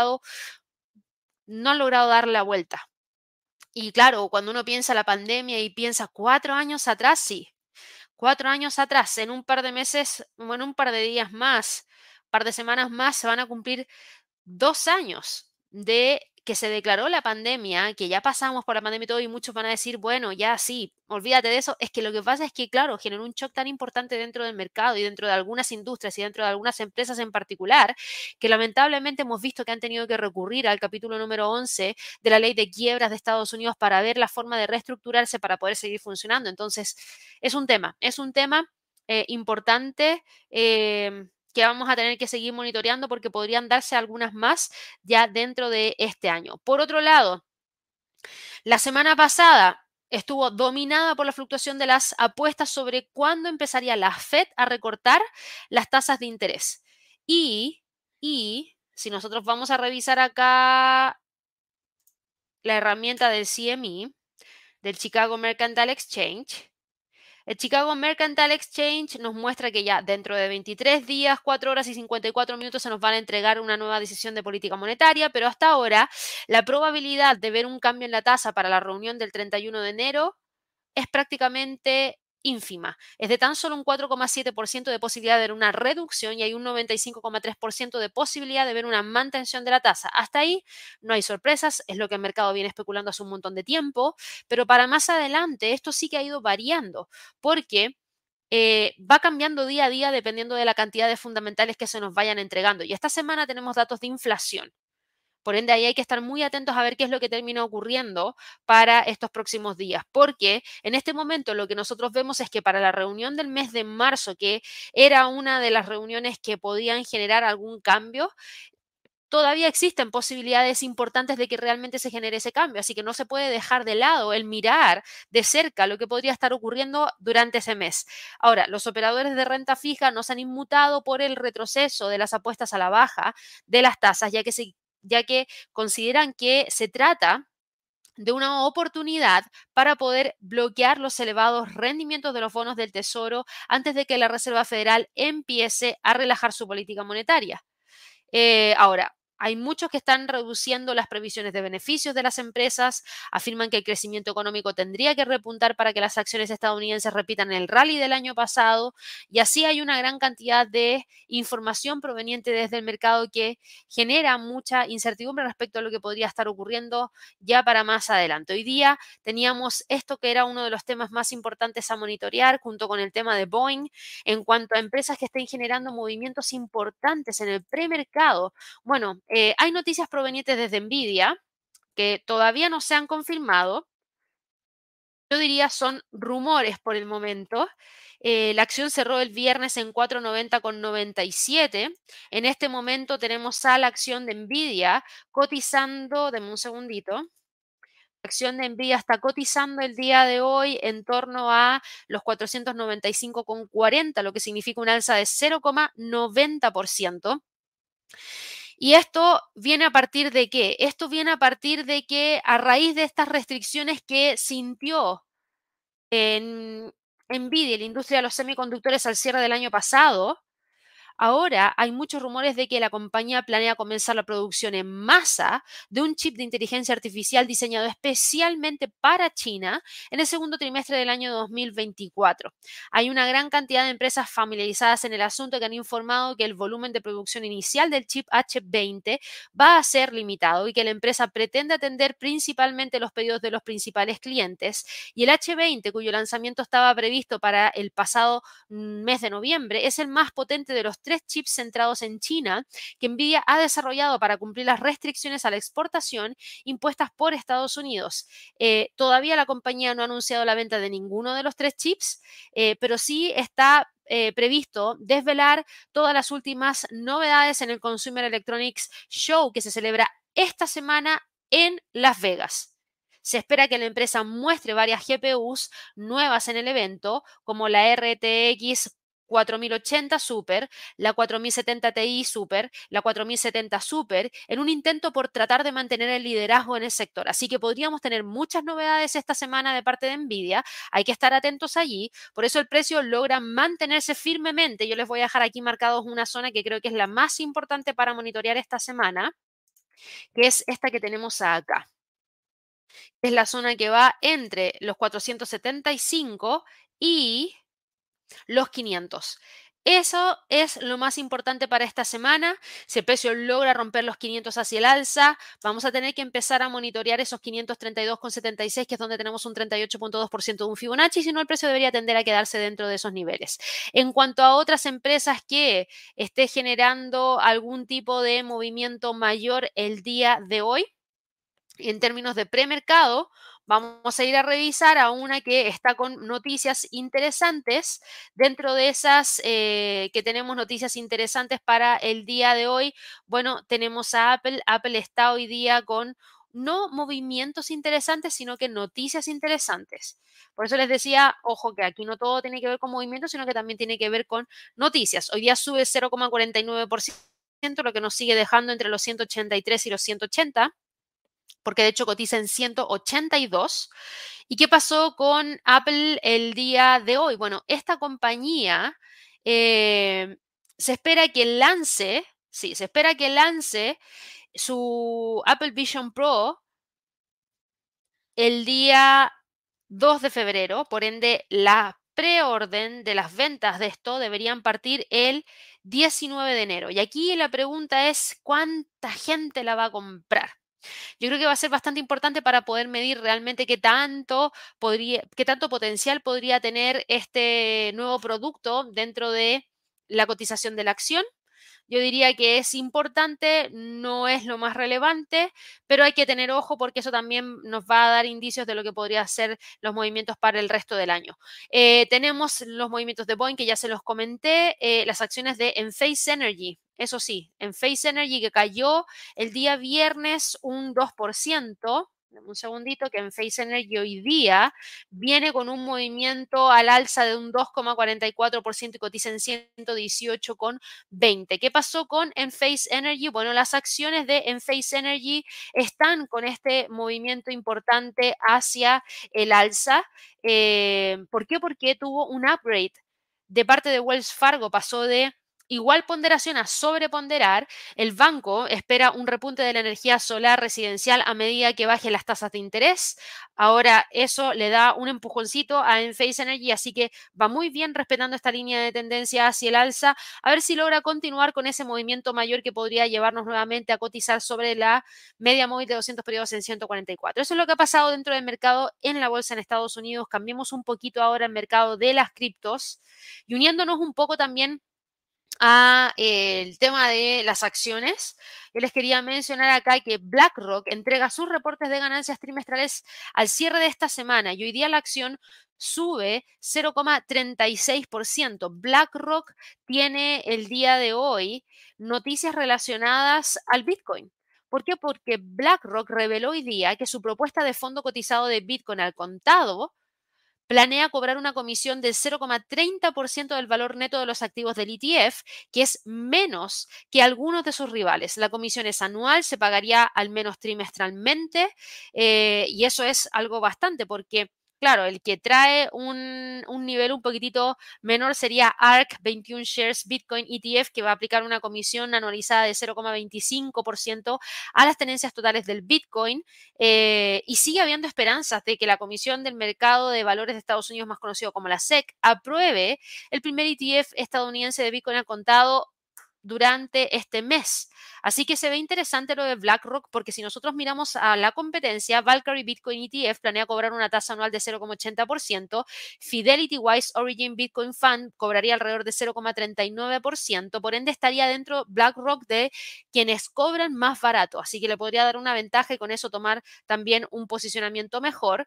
no han logrado dar la vuelta. Y claro, cuando uno piensa la pandemia y piensa 4 años atrás, sí, 4 años atrás, en un par de meses, bueno, un par de días más, un par de semanas más, se van a cumplir 2 años de que se declaró la pandemia, que ya pasamos por la pandemia y todo, y muchos van a decir, bueno, ya sí, olvídate de eso. Es que lo que pasa es que, claro, generó un shock tan importante dentro del mercado y dentro de algunas industrias y dentro de algunas empresas en particular, que lamentablemente hemos visto que han tenido que recurrir al capítulo número 11 de la ley de quiebras de Estados Unidos para ver la forma de reestructurarse para poder seguir funcionando. Entonces, es un tema importante. Que vamos a tener que seguir monitoreando porque podrían darse algunas más ya dentro de este año. Por otro lado, la semana pasada estuvo dominada por la fluctuación de las apuestas sobre cuándo empezaría la Fed a recortar las tasas de interés. Y si nosotros vamos a revisar acá la herramienta del CME, del Chicago Mercantile Exchange, el Chicago Mercantile Exchange nos muestra que ya dentro de 23 días, 4 horas y 54 minutos se nos van a entregar una nueva decisión de política monetaria, pero hasta ahora la probabilidad de ver un cambio en la tasa para la reunión del 31 de enero es prácticamente ínfima. Es de tan solo un 4,7% de posibilidad de ver una reducción y hay un 95,3% de posibilidad de ver una mantención de la tasa. Hasta ahí no hay sorpresas, es lo que el mercado viene especulando hace un montón de tiempo, pero para más adelante esto sí que ha ido variando porque va cambiando día a día dependiendo de la cantidad de fundamentales que se nos vayan entregando. Y esta semana tenemos datos de inflación. Por ende, ahí hay que estar muy atentos a ver qué es lo que termina ocurriendo para estos próximos días, porque en este momento lo que nosotros vemos es que para la reunión del mes de marzo, que era una de las reuniones que podían generar algún cambio, todavía existen posibilidades importantes de que realmente se genere ese cambio, así que no se puede dejar de lado el mirar de cerca lo que podría estar ocurriendo durante ese mes. Ahora, los operadores de renta fija no se han inmutado por el retroceso de las apuestas a la baja de las tasas, ya que consideran que se trata de una oportunidad para poder bloquear los elevados rendimientos de los bonos del Tesoro antes de que la Reserva Federal empiece a relajar su política monetaria. Ahora, hay muchos que están reduciendo las previsiones de beneficios de las empresas, afirman que el crecimiento económico tendría que repuntar para que las acciones estadounidenses repitan el rally del año pasado, y así hay una gran cantidad de información proveniente desde el mercado que genera mucha incertidumbre respecto a lo que podría estar ocurriendo ya para más adelante. Hoy día teníamos esto que era uno de los temas más importantes a monitorear junto con el tema de Boeing en cuanto a empresas que estén generando movimientos importantes en el premercado. Bueno, hay noticias provenientes desde Nvidia que todavía no se han confirmado. Yo diría son rumores por el momento. La acción cerró el viernes en 4.90,97. En este momento tenemos a la acción de Nvidia cotizando, denme un segundito. La acción de Nvidia está cotizando el día de hoy en torno a los 495,40, lo que significa un alza de 0,90%. ¿Y esto viene a partir de qué? Esto viene a partir de que a raíz de estas restricciones que sintió en Nvidia y la industria de los semiconductores al cierre del año pasado, ahora hay muchos rumores de que la compañía planea comenzar la producción en masa de un chip de inteligencia artificial diseñado especialmente para China en el segundo trimestre del año 2024. Hay una gran cantidad de empresas familiarizadas en el asunto que han informado que el volumen de producción inicial del chip H20 va a ser limitado y que la empresa pretende atender principalmente los pedidos de los principales clientes. Y el H20, cuyo lanzamiento estaba previsto para el pasado mes de noviembre, es el más potente de los 3 chips centrados en China que Nvidia ha desarrollado para cumplir las restricciones a la exportación impuestas por Estados Unidos. Todavía la compañía no ha anunciado la venta de ninguno de los 3 chips, pero sí está previsto desvelar todas las últimas novedades en el Consumer Electronics Show que se celebra esta semana en Las Vegas. Se espera que la empresa muestre varias GPUs nuevas en el evento, como la RTX 4080 Super, la 4070 Ti Super, la 4070 Super, en un intento por tratar de mantener el liderazgo en el sector. Así que podríamos tener muchas novedades esta semana de parte de Nvidia. Hay que estar atentos allí. Por eso el precio logra mantenerse firmemente. Yo les voy a dejar aquí marcados una zona que creo que es la más importante para monitorear esta semana, que es esta que tenemos acá. Es la zona que va entre los 475 y los 500. Eso es lo más importante para esta semana. Si el precio logra romper los 500 hacia el alza, vamos a tener que empezar a monitorear esos 532,76, que es donde tenemos un 38,2% de un Fibonacci, si no el precio debería tender a quedarse dentro de esos niveles. En cuanto a otras empresas que esté generando algún tipo de movimiento mayor el día de hoy, en términos de premercado, vamos a ir a revisar a una que está con noticias interesantes. Dentro de esas que tenemos noticias interesantes para el día de hoy, bueno, tenemos a Apple. Apple está hoy día con no movimientos interesantes, sino que noticias interesantes. Por eso les decía, ojo, que aquí no todo tiene que ver con movimientos, sino que también tiene que ver con noticias. Hoy día sube 0,49%, lo que nos sigue dejando entre los 183 y los 180, porque de hecho cotiza en 182. ¿Y qué pasó con Apple el día de hoy? Bueno, esta compañía se espera que lance, sí, se espera que lance su Apple Vision Pro el día 2 de febrero, por ende la preorden de las ventas de esto deberían partir el 19 de enero. Y aquí la pregunta es, ¿cuánta gente la va a comprar? Yo creo que va a ser bastante importante para poder medir realmente qué tanto potencial podría tener este nuevo producto dentro de la cotización de la acción. Yo diría que es importante, no es lo más relevante, pero hay que tener ojo porque eso también nos va a dar indicios de lo que podría ser los movimientos para el resto del año. Tenemos los movimientos de Boeing que ya se los comenté, las acciones de Enphase Energy. Eso sí, Enphase Energy que cayó el día viernes un 2%. Dame un segundito, que Enphase Energy hoy día viene con un movimiento al alza de un 2,44% y cotiza en 118,20. ¿Qué pasó con Enphase Energy? Bueno, las acciones de Enphase Energy están con este movimiento importante hacia el alza. ¿Por qué? Porque tuvo un upgrade de parte de Wells Fargo, pasó de igual ponderación a sobreponderar. El banco espera un repunte de la energía solar residencial a medida que bajen las tasas de interés. Ahora eso le da un empujoncito a Enphase Energy, así que va muy bien respetando esta línea de tendencia hacia el alza. A ver si logra continuar con ese movimiento mayor que podría llevarnos nuevamente a cotizar sobre la media móvil de 200 periodos en 144. Eso es lo que ha pasado dentro del mercado en la bolsa en Estados Unidos. Cambiemos un poquito ahora el mercado de las criptos y uniéndonos un poco también a el tema de las acciones. Yo les quería mencionar acá que BlackRock entrega sus reportes de ganancias trimestrales al cierre de esta semana y hoy día la acción sube 0,36%. BlackRock tiene el día de hoy noticias relacionadas al Bitcoin. ¿Por qué? Porque BlackRock reveló hoy día que su propuesta de fondo cotizado de Bitcoin al contado planea cobrar una comisión del 0,30% del valor neto de los activos del ETF, que es menos que algunos de sus rivales. La comisión es anual, se pagaría al menos trimestralmente, y eso es algo bastante porque claro, el que trae un nivel un poquitito menor sería ARK 21 Shares Bitcoin ETF, que va a aplicar una comisión anualizada de 0,25% a las tenencias totales del Bitcoin. Y sigue habiendo esperanzas de que la Comisión del Mercado de Valores de Estados Unidos, más conocido como la SEC, apruebe el primer ETF estadounidense de Bitcoin al contado durante este mes. Así que se ve interesante lo de BlackRock porque si nosotros miramos a la competencia, Valkyrie Bitcoin ETF planea cobrar una tasa anual de 0,80%, Fidelity Wise Origin Bitcoin Fund cobraría alrededor de 0,39%, por ende estaría dentro BlackRock de quienes cobran más barato, así que le podría dar una ventaja y con eso tomar también un posicionamiento mejor.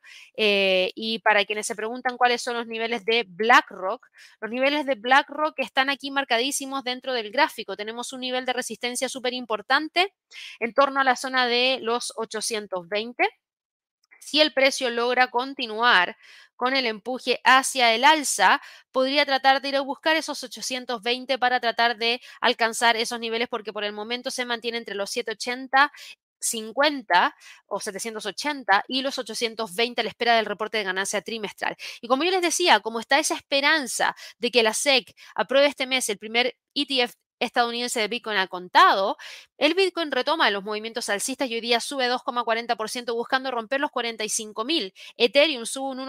Y para quienes se preguntan cuáles son los niveles de BlackRock, los niveles de BlackRock están aquí marcadísimos dentro del gráfico. Tenemos un nivel de resistencia súper importante en torno a la zona de los 820. Si el precio logra continuar con el empuje hacia el alza, podría tratar de ir a buscar esos 820 para tratar de alcanzar esos niveles porque por el momento se mantiene entre los 780 50 o 780 y los 820 a la espera del reporte de ganancia trimestral. Y como yo les decía, como está esa esperanza de que la SEC apruebe este mes el primer ETF estadounidense de Bitcoin al contado, el Bitcoin retoma los movimientos alcistas y hoy día sube 2,40% buscando romper los 45.000. Ethereum sube un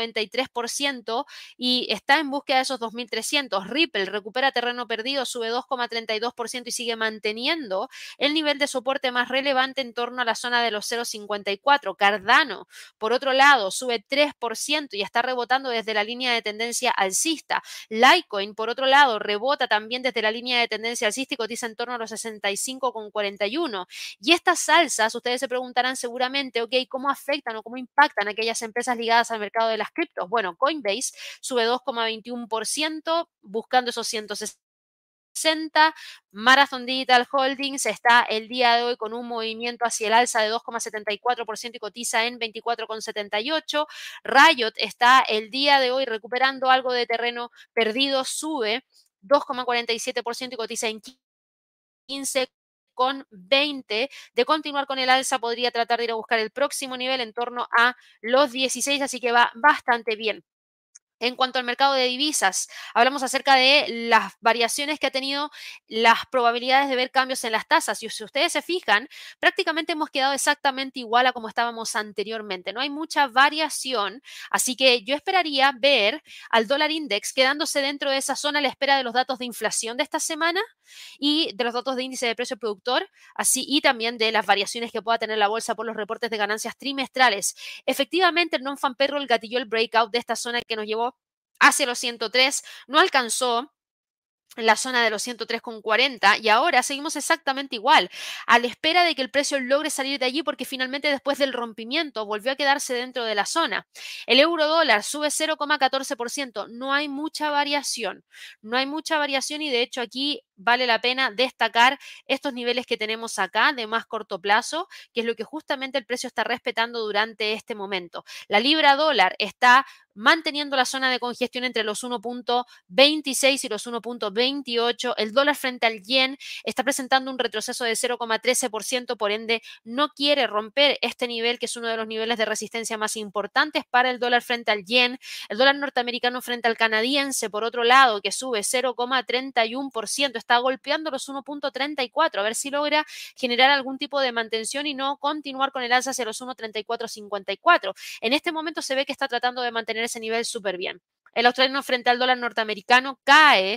1,93% y está en búsqueda de esos 2.300. Ripple recupera terreno perdido, sube 2,32% y sigue manteniendo el nivel de soporte más relevante en torno a la zona de los 0,54. Cardano, por otro lado, sube 3% y está rebotando desde la línea de tendencia alcista. Litecoin, por otro lado, rebota también desde la línea de tendencia alcista y cotiza en torno a los 65,41. Y estas alzas, ustedes se preguntarán seguramente, ok, ¿cómo afectan o cómo impactan a aquellas empresas ligadas al mercado de las criptos? Bueno, Coinbase sube 2,21% buscando esos 160. Marathon Digital Holdings está el día de hoy con un movimiento hacia el alza de 2,74% y cotiza en 24,78. Riot está el día de hoy recuperando algo de terreno perdido, sube 2,47% y cotiza en 15,20. De continuar con el alza, podría tratar de ir a buscar el próximo nivel en torno a los 16, así que va bastante bien. En cuanto al mercado de divisas, hablamos acerca de las variaciones que ha tenido las probabilidades de ver cambios en las tasas. Y si ustedes se fijan, prácticamente hemos quedado exactamente igual a como estábamos anteriormente. No hay mucha variación, así que yo esperaría ver al dólar index quedándose dentro de esa zona a la espera de los datos de inflación de esta semana y de los datos de índice de precio productor, así y también de las variaciones que pueda tener la bolsa por los reportes de ganancias trimestrales. Efectivamente, el non-farm payroll gatilló el breakout de esta zona que nos llevó hacia los 103, no alcanzó en la zona de los 103,40 y ahora seguimos exactamente igual, a la espera de que el precio logre salir de allí porque finalmente después del rompimiento volvió a quedarse dentro de la zona. El euro dólar sube 0,14%, no hay mucha variación, no hay mucha variación y de hecho aquí vale la pena destacar estos niveles que tenemos acá de más corto plazo, que es lo que justamente el precio está respetando durante este momento. La libra dólar está manteniendo la zona de congestión entre los 1,26 y los 1,28. El dólar frente al yen está presentando un retroceso de 0,13%, por ende no quiere romper este nivel que es uno de los niveles de resistencia más importantes para el dólar frente al yen. El dólar norteamericano frente al canadiense, por otro lado, que sube 0,31%, está golpeando los 1,34, a ver si logra generar algún tipo de mantención y no continuar con el alza hacia los 1,3454. En este momento se ve que está tratando de mantener ese nivel súper bien. El australiano frente al dólar norteamericano cae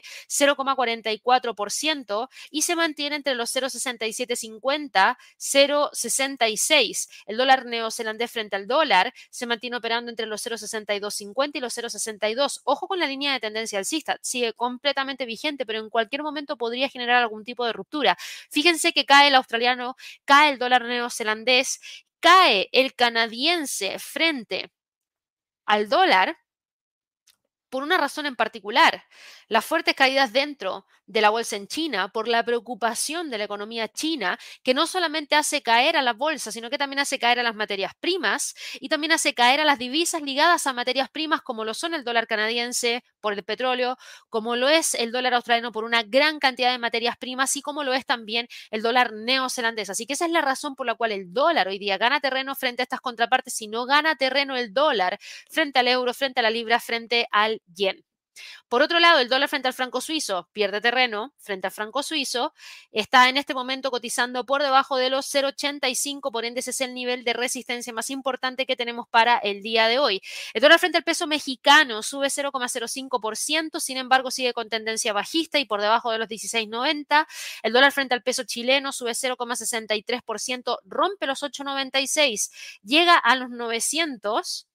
0,44% y se mantiene entre los 0,6750, 0,66. El dólar neozelandés frente al dólar se mantiene operando entre los 0,6250 y los 0,62. Ojo con la línea de tendencia alcista, sigue completamente vigente, pero en cualquier momento podría generar algún tipo de ruptura. Fíjense que cae el australiano, cae el dólar neozelandés, cae el canadiense frente al dólar por una razón en particular. Las fuertes caídas dentro de la bolsa en China por la preocupación de la economía china, que no solamente hace caer a la bolsa, sino que también hace caer a las materias primas y también hace caer a las divisas ligadas a materias primas como lo son el dólar canadiense por el petróleo, como lo es el dólar australiano por una gran cantidad de materias primas y como lo es también el dólar neozelandés. Así que esa es la razón por la cual el dólar hoy día gana terreno frente a estas contrapartes y no gana terreno el dólar frente al euro, frente a la libra, frente al yen. Por otro lado, el dólar frente al franco suizo pierde terreno frente al franco suizo, está en este momento cotizando por debajo de los 0,85, por ende ese es el nivel de resistencia más importante que tenemos para el día de hoy. El dólar frente al peso mexicano sube 0,05%, sin embargo sigue con tendencia bajista y por debajo de los 16,90. El dólar frente al peso chileno sube 0,63%, rompe los 8,96, llega a los 900.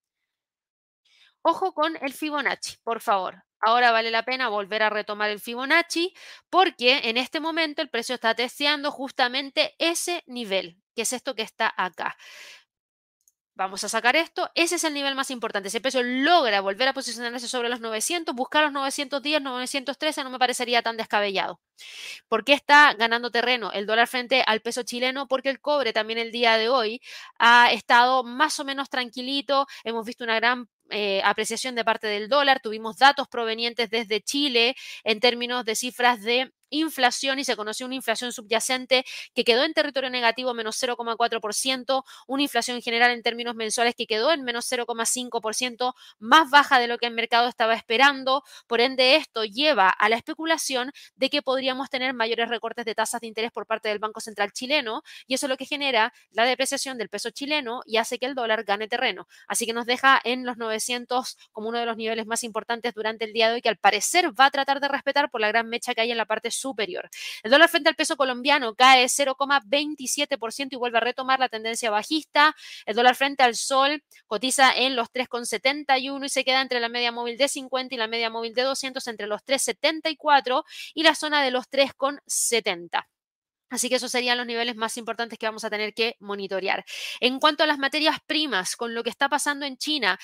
Ojo con el Fibonacci, por favor. Ahora vale la pena volver a retomar el Fibonacci porque en este momento el precio está testeando justamente ese nivel, que es esto que está acá. Vamos a sacar esto. Ese es el nivel más importante. Si el precio logra volver a posicionarse sobre los 900, buscar los 910, 913 no me parecería tan descabellado. ¿Por qué está ganando terreno el dólar frente al peso chileno? Porque el cobre también el día de hoy ha estado más o menos tranquilito. Hemos visto una gran apreciación de parte del dólar. Tuvimos datos provenientes desde Chile en términos de cifras de inflación y se conoció una inflación subyacente que quedó en territorio negativo menos 0,4%, una inflación general en términos mensuales que quedó en menos 0,5%, más baja de lo que el mercado estaba esperando. Por ende, esto lleva a la especulación de que podríamos tener mayores recortes de tasas de interés por parte del Banco Central chileno y eso es lo que genera la depreciación del peso chileno y hace que el dólar gane terreno. Así que nos deja en los 900 como uno de los niveles más importantes durante el día de hoy que al parecer va a tratar de respetar por la gran mecha que hay en la parte superior. El dólar frente al peso colombiano cae 0,27% y vuelve a retomar la tendencia bajista. El dólar frente al sol cotiza en los 3,71 y se queda entre la media móvil de 50 y la media móvil de 200 entre los 3,74 y la zona de los 3,70. Así que esos serían los niveles más importantes que vamos a tener que monitorear. En cuanto a las materias primas, con lo que está pasando en China,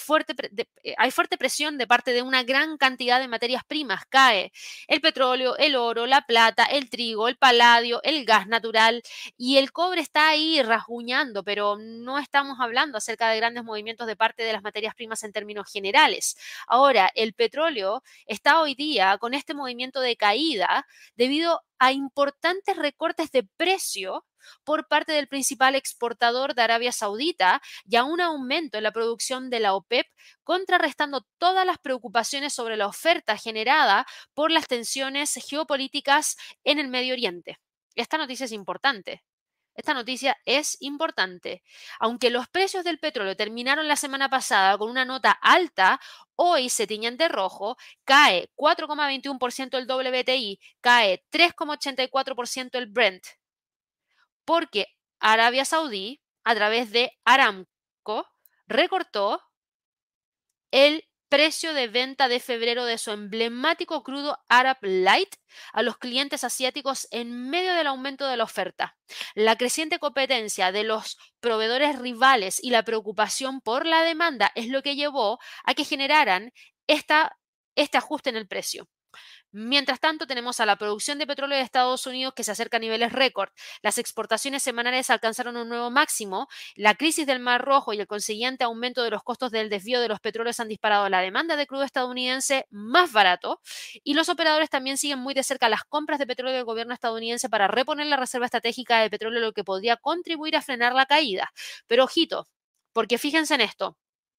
hay fuerte presión de parte de una gran cantidad de materias primas. Cae el petróleo, el oro, la plata, el trigo, el paladio, el gas natural y el cobre está ahí rasguñando, pero no estamos hablando acerca de grandes movimientos de parte de las materias primas en términos generales. Ahora, el petróleo está hoy día con este movimiento de caída debido a importantes recortes de precio por parte del principal exportador de Arabia Saudita y a un aumento en la producción de la OPEP, contrarrestando todas las preocupaciones sobre la oferta generada por las tensiones geopolíticas en el Medio Oriente. Esta noticia es importante. Esta noticia es importante. Aunque los precios del petróleo terminaron la semana pasada con una nota alta, hoy se tiñen de rojo, cae 4,21% el WTI, cae 3,84% el Brent, porque Arabia Saudí, a través de Aramco, recortó el precio de venta de febrero de su emblemático crudo Arab Light a los clientes asiáticos en medio del aumento de la oferta. La creciente competencia de los proveedores rivales y la preocupación por la demanda es lo que llevó a que generaran este ajuste en el precio. Mientras tanto, tenemos a la producción de petróleo de Estados Unidos que se acerca a niveles récord. Las exportaciones semanales alcanzaron un nuevo máximo. La crisis del Mar Rojo y el consiguiente aumento de los costos del desvío de los petróleos han disparado la demanda de crudo estadounidense más barato. Y los operadores también siguen muy de cerca las compras de petróleo del gobierno estadounidense para reponer la reserva estratégica de petróleo, lo que podría contribuir a frenar la caída. Pero ojito, porque fíjense en esto.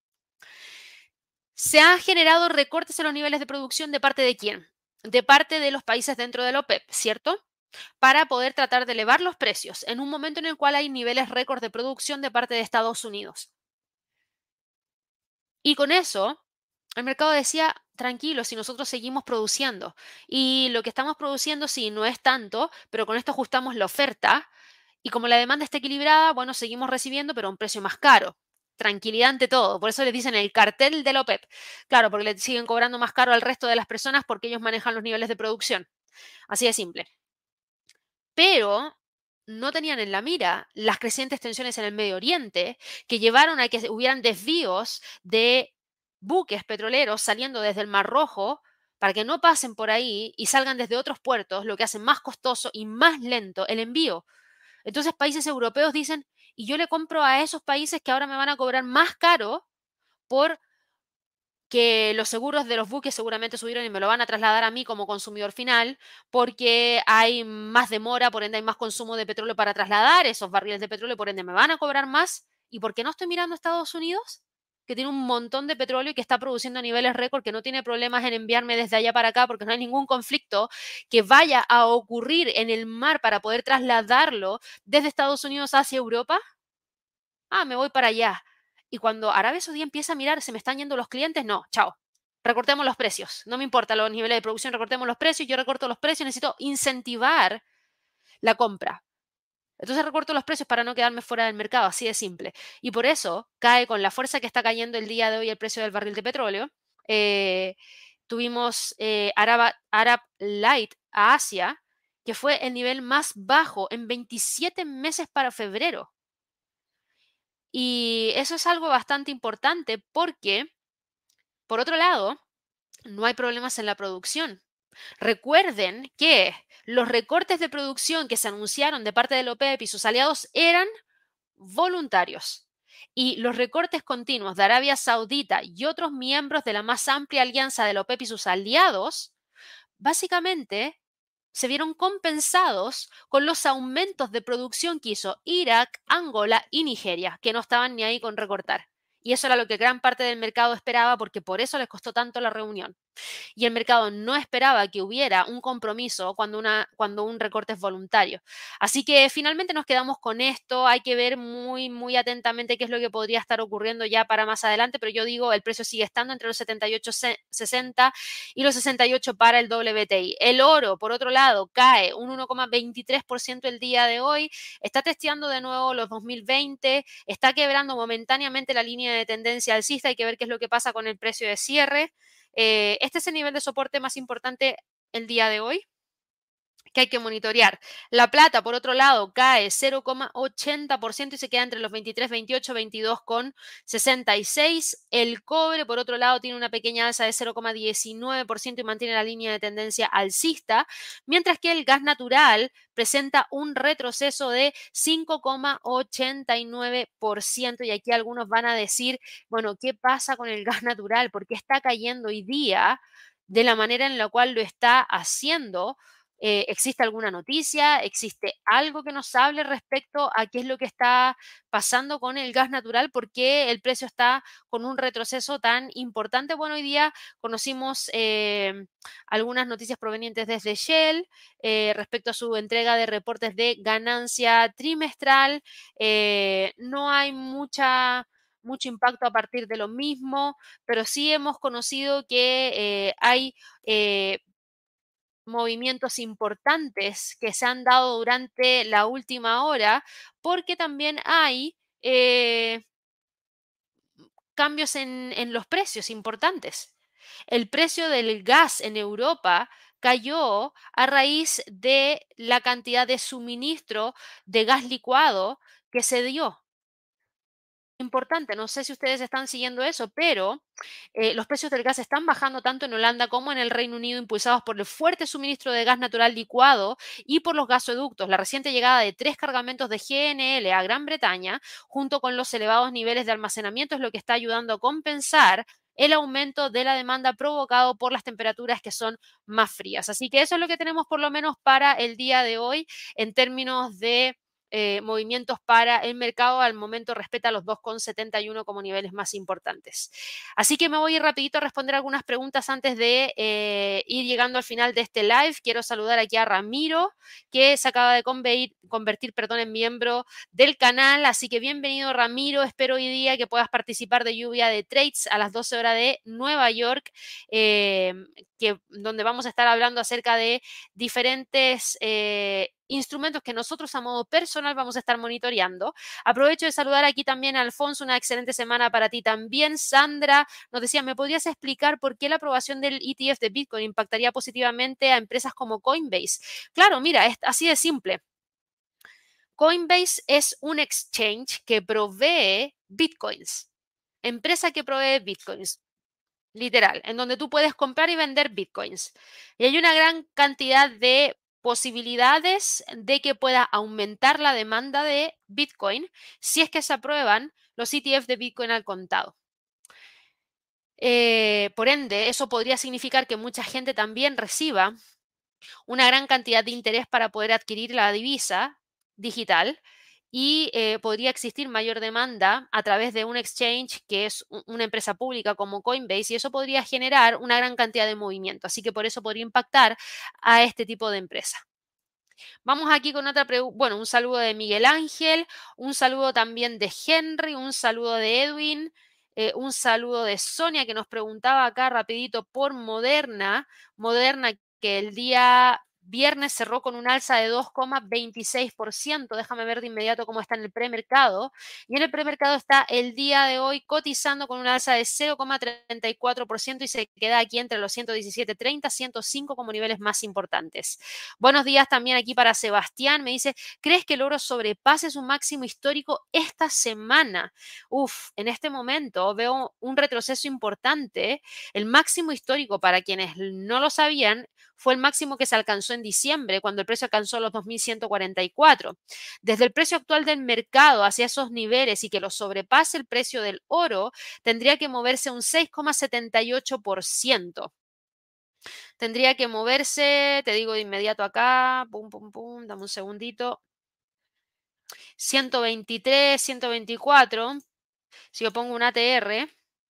Se han generado recortes en los niveles de producción de parte de quién? De parte de los países dentro de la OPEP, ¿cierto? Para poder tratar de elevar los precios en un momento en el cual hay niveles récord de producción de parte de Estados Unidos. Y con eso, el mercado decía, tranquilo, si nosotros seguimos produciendo y lo que estamos produciendo sí no es tanto, pero con esto ajustamos la oferta y como la demanda está equilibrada, bueno, seguimos recibiendo, pero a un precio más caro. Tranquilidad ante todo. Por eso les dicen el cartel de la OPEP. Claro, porque le siguen cobrando más caro al resto de las personas porque ellos manejan los niveles de producción. Así de simple. Pero no tenían en la mira las crecientes tensiones en el Medio Oriente que llevaron a que hubieran desvíos de buques petroleros saliendo desde el Mar Rojo para que no pasen por ahí y salgan desde otros puertos, lo que hace más costoso y más lento el envío. Entonces países europeos dicen, y yo le compro a esos países que ahora me van a cobrar más caro por que los seguros de los buques seguramente subieron y me lo van a trasladar a mí como consumidor final, porque hay más demora, por ende hay más consumo de petróleo para trasladar esos barriles de petróleo, por ende me van a cobrar más. ¿Y por qué no estoy mirando a Estados Unidos? Que tiene un montón de petróleo y que está produciendo a niveles récord, que no tiene problemas en enviarme desde allá para acá, porque no hay ningún conflicto que vaya a ocurrir en el mar para poder trasladarlo desde Estados Unidos hacia Europa. Ah, me voy para allá. Y cuando Arabia Saudí empieza a mirar, ¿se me están yendo los clientes? No, chao. Recortemos los precios. No me importa los niveles de producción, recortemos los precios. Yo recorto los precios, necesito incentivar la compra. Entonces recorto los precios para no quedarme fuera del mercado, así de simple. Y por eso cae con la fuerza que está cayendo el día de hoy el precio del barril de petróleo. Eh, tuvimos Arab Light a Asia, que fue el nivel más bajo en 27 meses para febrero. Y eso es algo bastante importante porque, por otro lado, no hay problemas en la producción. Recuerden que los recortes de producción que se anunciaron de parte de la OPEP y sus aliados eran voluntarios. Y los recortes continuos de Arabia Saudita y otros miembros de la más amplia alianza de la OPEP y sus aliados, básicamente se vieron compensados con los aumentos de producción que hizo Irak, Angola y Nigeria, que no estaban ni ahí con recortar. Y eso era lo que gran parte del mercado esperaba porque por eso les costó tanto la reunión. Y el mercado no esperaba que hubiera un compromiso cuando un recorte es voluntario. Así que finalmente nos quedamos con esto. Hay que ver muy, muy atentamente qué es lo que podría estar ocurriendo ya para más adelante, pero yo digo, el precio sigue estando entre los 78,60 y los 68 para el WTI. El oro, por otro lado, cae un 1,23% el día de hoy. Está testeando de nuevo los 2020, está quebrando momentáneamente la línea de tendencia alcista. Hay que ver qué es lo que pasa con el precio de cierre. Este es el nivel de soporte más importante el día de hoy que hay que monitorear. La plata, por otro lado, cae 0,80% y se queda entre los 23, 28, 22,66. El cobre, por otro lado, tiene una pequeña alza de 0,19% y mantiene la línea de tendencia alcista, mientras que el gas natural presenta un retroceso de 5,89%. Y aquí algunos van a decir, bueno, ¿qué pasa con el gas natural? ¿Por qué está cayendo hoy día de la manera en la cual lo está haciendo? ¿Existe alguna noticia? ¿Existe algo que nos hable respecto a qué es lo que está pasando con el gas natural? ¿Por qué el precio está con un retroceso tan importante? Bueno, hoy día conocimos algunas noticias provenientes desde Shell respecto a su entrega de reportes de ganancia trimestral. No hay mucho impacto a partir de lo mismo, pero sí hemos conocido que hay movimientos importantes que se han dado durante la última hora, porque también hay cambios en los precios importantes. El precio del gas en Europa cayó a raíz de la cantidad de suministro de gas licuado que se dio. Importante, no sé si ustedes están siguiendo eso, pero los precios del gas están bajando tanto en Holanda como en el Reino Unido, impulsados por el fuerte suministro de gas natural licuado y por los gasoductos. La reciente llegada de 3 cargamentos de GNL a Gran Bretaña, junto con los elevados niveles de almacenamiento, es lo que está ayudando a compensar el aumento de la demanda provocado por las temperaturas que son más frías. Así que eso es lo que tenemos por lo menos para el día de hoy en términos de movimientos para el mercado. Al momento respeta los 2,71 como niveles más importantes. Así que me voy a ir rapidito a responder algunas preguntas antes de ir llegando al final de este live. Quiero saludar aquí a Ramiro, que se acaba de convertir en miembro del canal. Así que bienvenido, Ramiro. Espero hoy día que puedas participar de Lluvia de Trades a las 12 horas de Nueva York, donde vamos a estar hablando acerca de diferentes instrumentos que nosotros a modo personal vamos a estar monitoreando. Aprovecho de saludar aquí también a Alfonso, una excelente semana para ti también. Sandra nos decía, ¿me podrías explicar por qué la aprobación del ETF de Bitcoin impactaría positivamente a empresas como Coinbase? Claro, mira, es así de simple. Coinbase es un exchange que provee Bitcoins. Empresa que provee Bitcoins. Literal, en donde tú puedes comprar y vender Bitcoins. Y hay una gran cantidad de posibilidades de que pueda aumentar la demanda de Bitcoin si es que se aprueban los ETF de Bitcoin al contado. Por ende, eso podría significar que mucha gente también reciba una gran cantidad de interés para poder adquirir la divisa digital y podría existir mayor demanda a través de un exchange que es una empresa pública como Coinbase y eso podría generar una gran cantidad de movimiento. Así que por eso podría impactar a este tipo de empresa. Vamos aquí con otra pregunta. Bueno, un saludo de Miguel Ángel, un saludo también de Henry, un saludo de Edwin, un saludo de Sonia que nos preguntaba acá rapidito por Moderna. Moderna que el día viernes cerró con un alza de 2,26%. Déjame ver de inmediato cómo está en el premercado. Y en el premercado está el día de hoy cotizando con un alza de 0,34% y se queda aquí entre los 117.30, 105 como niveles más importantes. Buenos días también aquí para Sebastián. Me dice, ¿crees que el oro sobrepase su máximo histórico esta semana? En este momento veo un retroceso importante. El máximo histórico, para quienes no lo sabían, fue el máximo que se alcanzó en diciembre, cuando el precio alcanzó los 2.144. Desde el precio actual del mercado hacia esos niveles y que lo sobrepase el precio del oro, tendría que moverse un 6,78%. Tendría que moverse, te digo de inmediato acá, pum, pum, pum, dame un segundito. 123, 124. Si yo pongo un ATR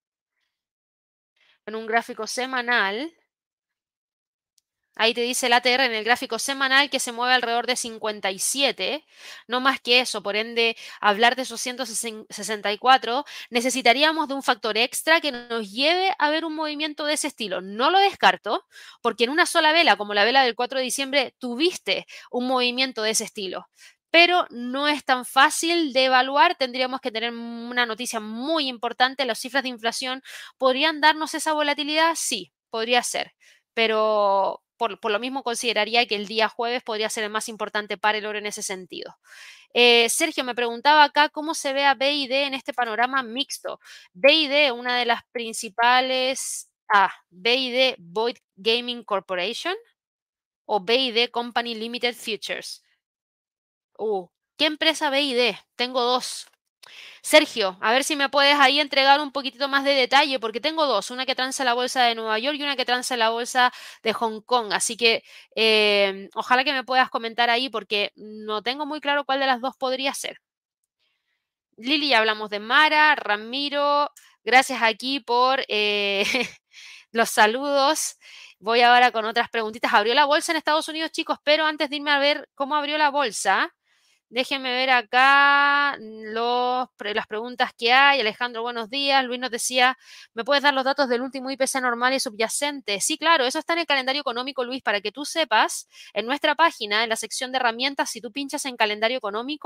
en un gráfico semanal, ahí te dice el ATR en el gráfico semanal que se mueve alrededor de 57, no más que eso. Por ende, hablar de esos 164, necesitaríamos de un factor extra que nos lleve a ver un movimiento de ese estilo. No lo descarto, porque en una sola vela, como la vela del 4 de diciembre, tuviste un movimiento de ese estilo. Pero no es tan fácil de evaluar, tendríamos que tener una noticia muy importante. Las cifras de inflación podrían darnos esa volatilidad, sí, podría ser, pero por lo mismo consideraría que el día jueves podría ser el más importante para el oro en ese sentido. Sergio me preguntaba acá cómo se ve a BID en este panorama mixto. BID, una de las principales, BID Boyd Gaming Corporation o BID Company Limited Futures. ¿Qué empresa BID? Tengo dos. Sergio, a ver si me puedes ahí entregar un poquitito más de detalle, porque tengo dos, una que transa la bolsa de Nueva York y una que transa la bolsa de Hong Kong. Así que ojalá que me puedas comentar ahí, porque no tengo muy claro cuál de las dos podría ser. Lili, ya hablamos de Mara, Ramiro, gracias aquí por los saludos. Voy ahora con otras preguntitas. ¿Abrió la bolsa en Estados Unidos, chicos? Pero antes de irme a ver cómo abrió la bolsa, déjenme ver acá las preguntas que hay. Alejandro, buenos días. Luis nos decía, ¿me puedes dar los datos del último IPC normal y subyacente? Sí, claro, eso está en el calendario económico, Luis, para que tú sepas, en nuestra página, en la sección de herramientas, si tú pinchas en calendario económico,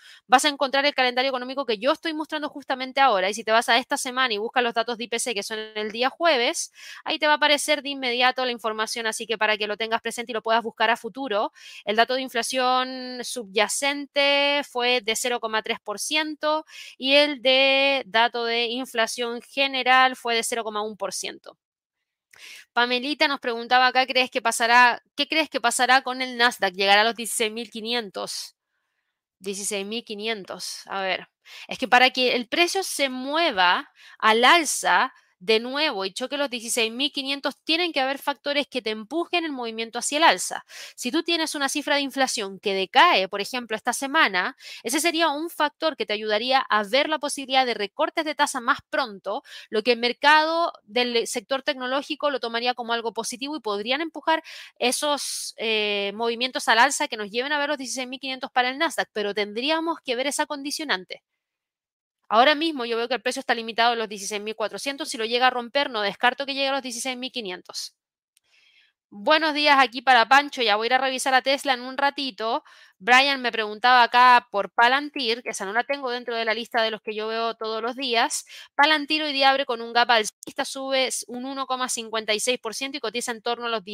vas a encontrar el calendario económico que yo estoy mostrando justamente ahora. Y si te vas a esta semana y buscas los datos de IPC que son el día jueves, ahí te va a aparecer de inmediato la información, así que para que lo tengas presente y lo puedas buscar a futuro, el dato de inflación subyacente fue de 0,3% y el de dato de inflación general fue de 0,1%. Pamelita nos preguntaba acá, ¿qué crees que pasará con el Nasdaq? ¿Llegará a los 16.500? 16.500. A ver, es que para que el precio se mueva al alza de nuevo y choque los 16.500, tienen que haber factores que te empujen el movimiento hacia el alza. Si tú tienes una cifra de inflación que decae, por ejemplo, esta semana, ese sería un factor que te ayudaría a ver la posibilidad de recortes de tasa más pronto, lo que el mercado del sector tecnológico lo tomaría como algo positivo y podrían empujar esos movimientos al alza que nos lleven a ver los 16.500 para el Nasdaq, pero tendríamos que ver esa condicionante. Ahora mismo yo veo que el precio está limitado a los 16.400. Si lo llega a romper, no descarto que llegue a los 16.500. Buenos días aquí para Pancho. Ya voy a ir a revisar a Tesla en un ratito. Brian me preguntaba acá por Palantir, que esa no la tengo dentro de la lista de los que yo veo todos los días. Palantir hoy día abre con un gap alcista, sube un 1,56% y cotiza en torno a los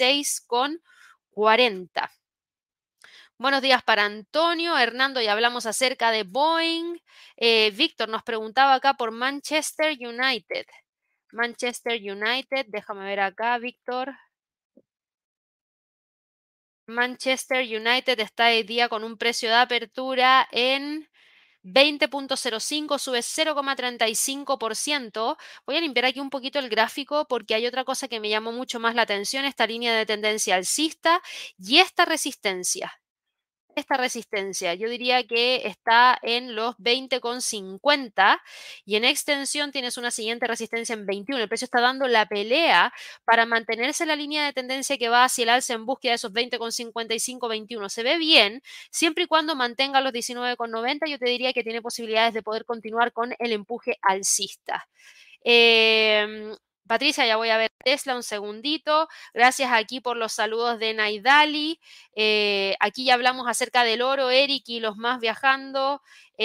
16,40. Buenos días para Antonio. Hernando, ya hablamos acerca de Boeing. Víctor nos preguntaba acá por Manchester United. Manchester United, déjame ver acá, Víctor. Manchester United está hoy día con un precio de apertura en 20,05, sube 0,35%. Voy a limpiar aquí un poquito el gráfico porque hay otra cosa que me llamó mucho más la atención, esta línea de tendencia alcista y esta resistencia. Esta resistencia, yo diría que está en los 20,50 y en extensión tienes una siguiente resistencia en 21. El precio está dando la pelea para mantenerse en la línea de tendencia que va hacia el alza en búsqueda de esos 20,55, 21. Se ve bien, siempre y cuando mantenga los 19,90, yo te diría que tiene posibilidades de poder continuar con el empuje alcista. Patricia, ya voy a ver Tesla un segundito. Gracias aquí por los saludos de Naidali. Aquí ya hablamos acerca del oro, Eric, y los más viajando.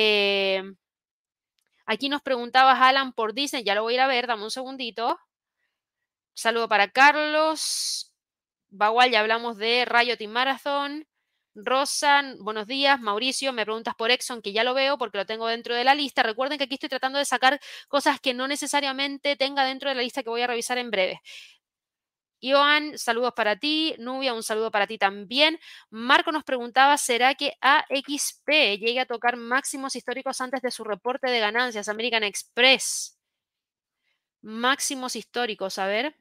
Aquí nos preguntabas, Alan, por Disney. Ya lo voy a ir a ver, dame un segundito. Saludo para Carlos. Bagual, ya hablamos de Riot y Marathon. Rosa, buenos días. Mauricio, me preguntas por Exxon, que ya lo veo porque lo tengo dentro de la lista. Recuerden que aquí estoy tratando de sacar cosas que no necesariamente tenga dentro de la lista que voy a revisar en breve. Joan, saludos para ti. Nubia, un saludo para ti también. Marco nos preguntaba, ¿será que AXP llegue a tocar máximos históricos antes de su reporte de ganancias? American Express. Máximos históricos, a ver.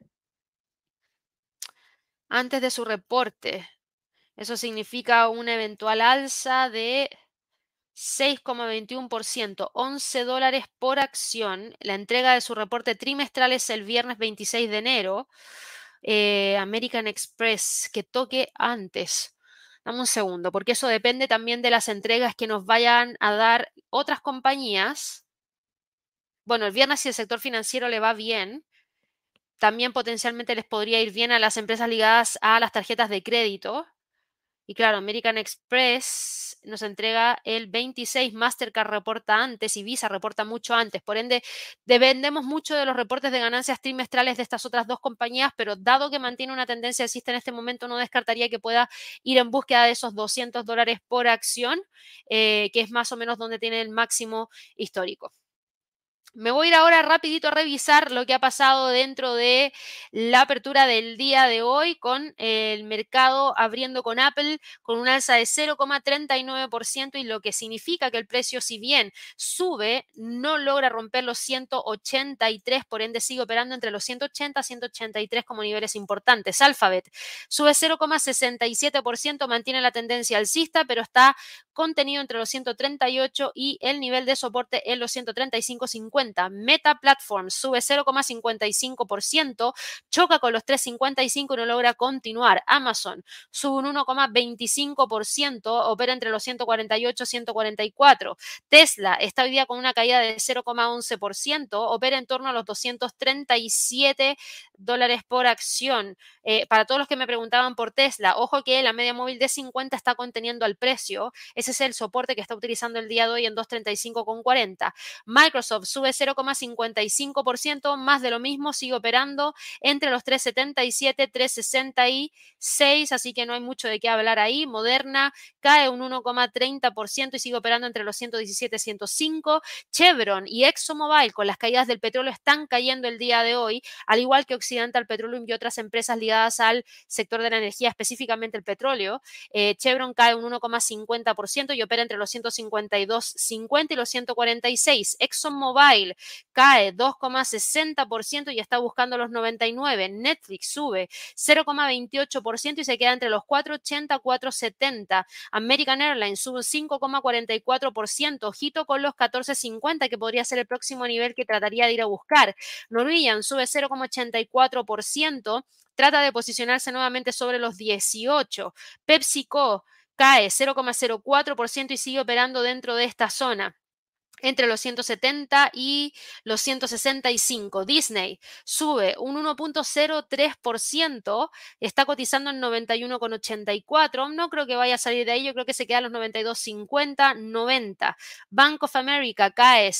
Antes de su reporte. Eso significa una eventual alza de 6,21%, $11 por acción. La entrega de su reporte trimestral es el viernes 26 de enero. American Express, que toque antes. Dame un segundo, porque eso depende también de las entregas que nos vayan a dar otras compañías. Bueno, el viernes si el sector financiero le va bien, también potencialmente les podría ir bien a las empresas ligadas a las tarjetas de crédito. Y claro, American Express nos entrega el 26, Mastercard reporta antes y Visa reporta mucho antes. Por ende, dependemos mucho de los reportes de ganancias trimestrales de estas otras dos compañías, pero dado que mantiene una tendencia alcista en este momento, no descartaría que pueda ir en búsqueda de esos $200 por acción, que es más o menos donde tiene el máximo histórico. Me voy a ir ahora rapidito a revisar lo que ha pasado dentro de la apertura del día de hoy con el mercado abriendo con Apple con un alza de 0,39% y lo que significa que el precio, si bien sube, no logra romper los 183, por ende sigue operando entre los 180 y 183 como niveles importantes. Alphabet sube 0,67%, mantiene la tendencia alcista, pero está contenido entre los 138 y el nivel de soporte en los 135,50. Meta Platforms sube 0,55%, choca con los 3,55 y no logra continuar. Amazon sube un 1,25%, opera entre los 148 y 144. Tesla está hoy día con una caída de 0,11%, opera en torno a los 237 dólares por acción. Para todos los que me preguntaban por Tesla, ojo que la media móvil de 50 está conteniendo al precio. Ese es el soporte que está utilizando el día de hoy en 235,40. Microsoft sube 0,55%, más de lo mismo, sigue operando entre los 377, 366, así que no hay mucho de qué hablar ahí. Moderna cae un 1,30% y sigue operando entre los 117, 105. Chevron y ExxonMobil, con las caídas del petróleo, están cayendo el día de hoy, al igual que Occidental Petroleum y otras empresas ligadas al sector de la energía, específicamente el petróleo. Chevron cae un 1,50% y opera entre los 152,50 y los 146. ExxonMobil cae 2,60% y está buscando los 99. Netflix sube 0,28% y se queda entre los 4,80, 4,70. American Airlines sube un 5,44%, ojito con los 14,50, que podría ser el próximo nivel que trataría de ir a buscar. Norwegian sube 0,84%, trata de posicionarse nuevamente sobre los 18. PepsiCo cae 0,04% y sigue operando dentro de esta zona, entre los 170 y los 165. Disney sube un 1,03%, está cotizando en 91,84. No creo que vaya a salir de ahí, yo creo que se queda en los 92,50, 90. Bank of America cae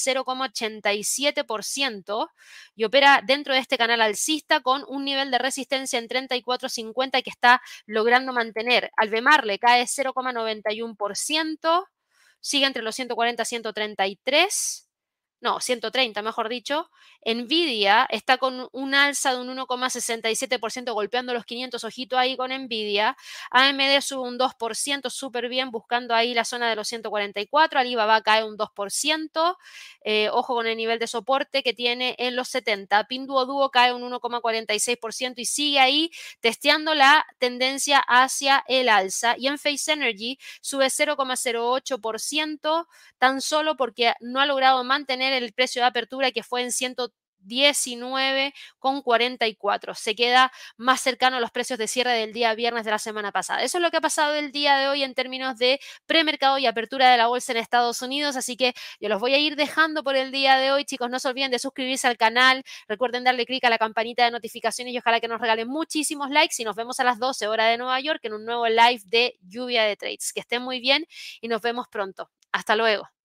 0,87% y opera dentro de este canal alcista con un nivel de resistencia en 34,50 que está logrando mantener. Albemarle cae 0,91%. Sigue entre los 140 y 133, no, 130 mejor dicho. Nvidia está con un alza de un 1,67%, golpeando los 500, ojito ahí con Nvidia. AMD sube un 2%, súper bien, buscando ahí la zona de los 144. Alibaba cae un 2%, ojo con el nivel de soporte que tiene en los 70. Pinduoduo cae un 1,46% y sigue ahí testeando la tendencia hacia el alza. Y en Face Energy sube 0,08%, tan solo porque no ha logrado mantener el precio de apertura, que fue en 119,44. Se queda más cercano a los precios de cierre del día viernes de la semana pasada. Eso es lo que ha pasado el día de hoy en términos de premercado y apertura de la bolsa en Estados Unidos, así que yo los voy a ir dejando por el día de hoy, chicos. No se olviden de suscribirse al canal, recuerden darle clic a la campanita de notificaciones y ojalá que nos regalen muchísimos likes y nos vemos a las 12 horas de Nueva York en un nuevo live de Lluvia de Trades. Que estén muy bien y nos vemos pronto. Hasta luego.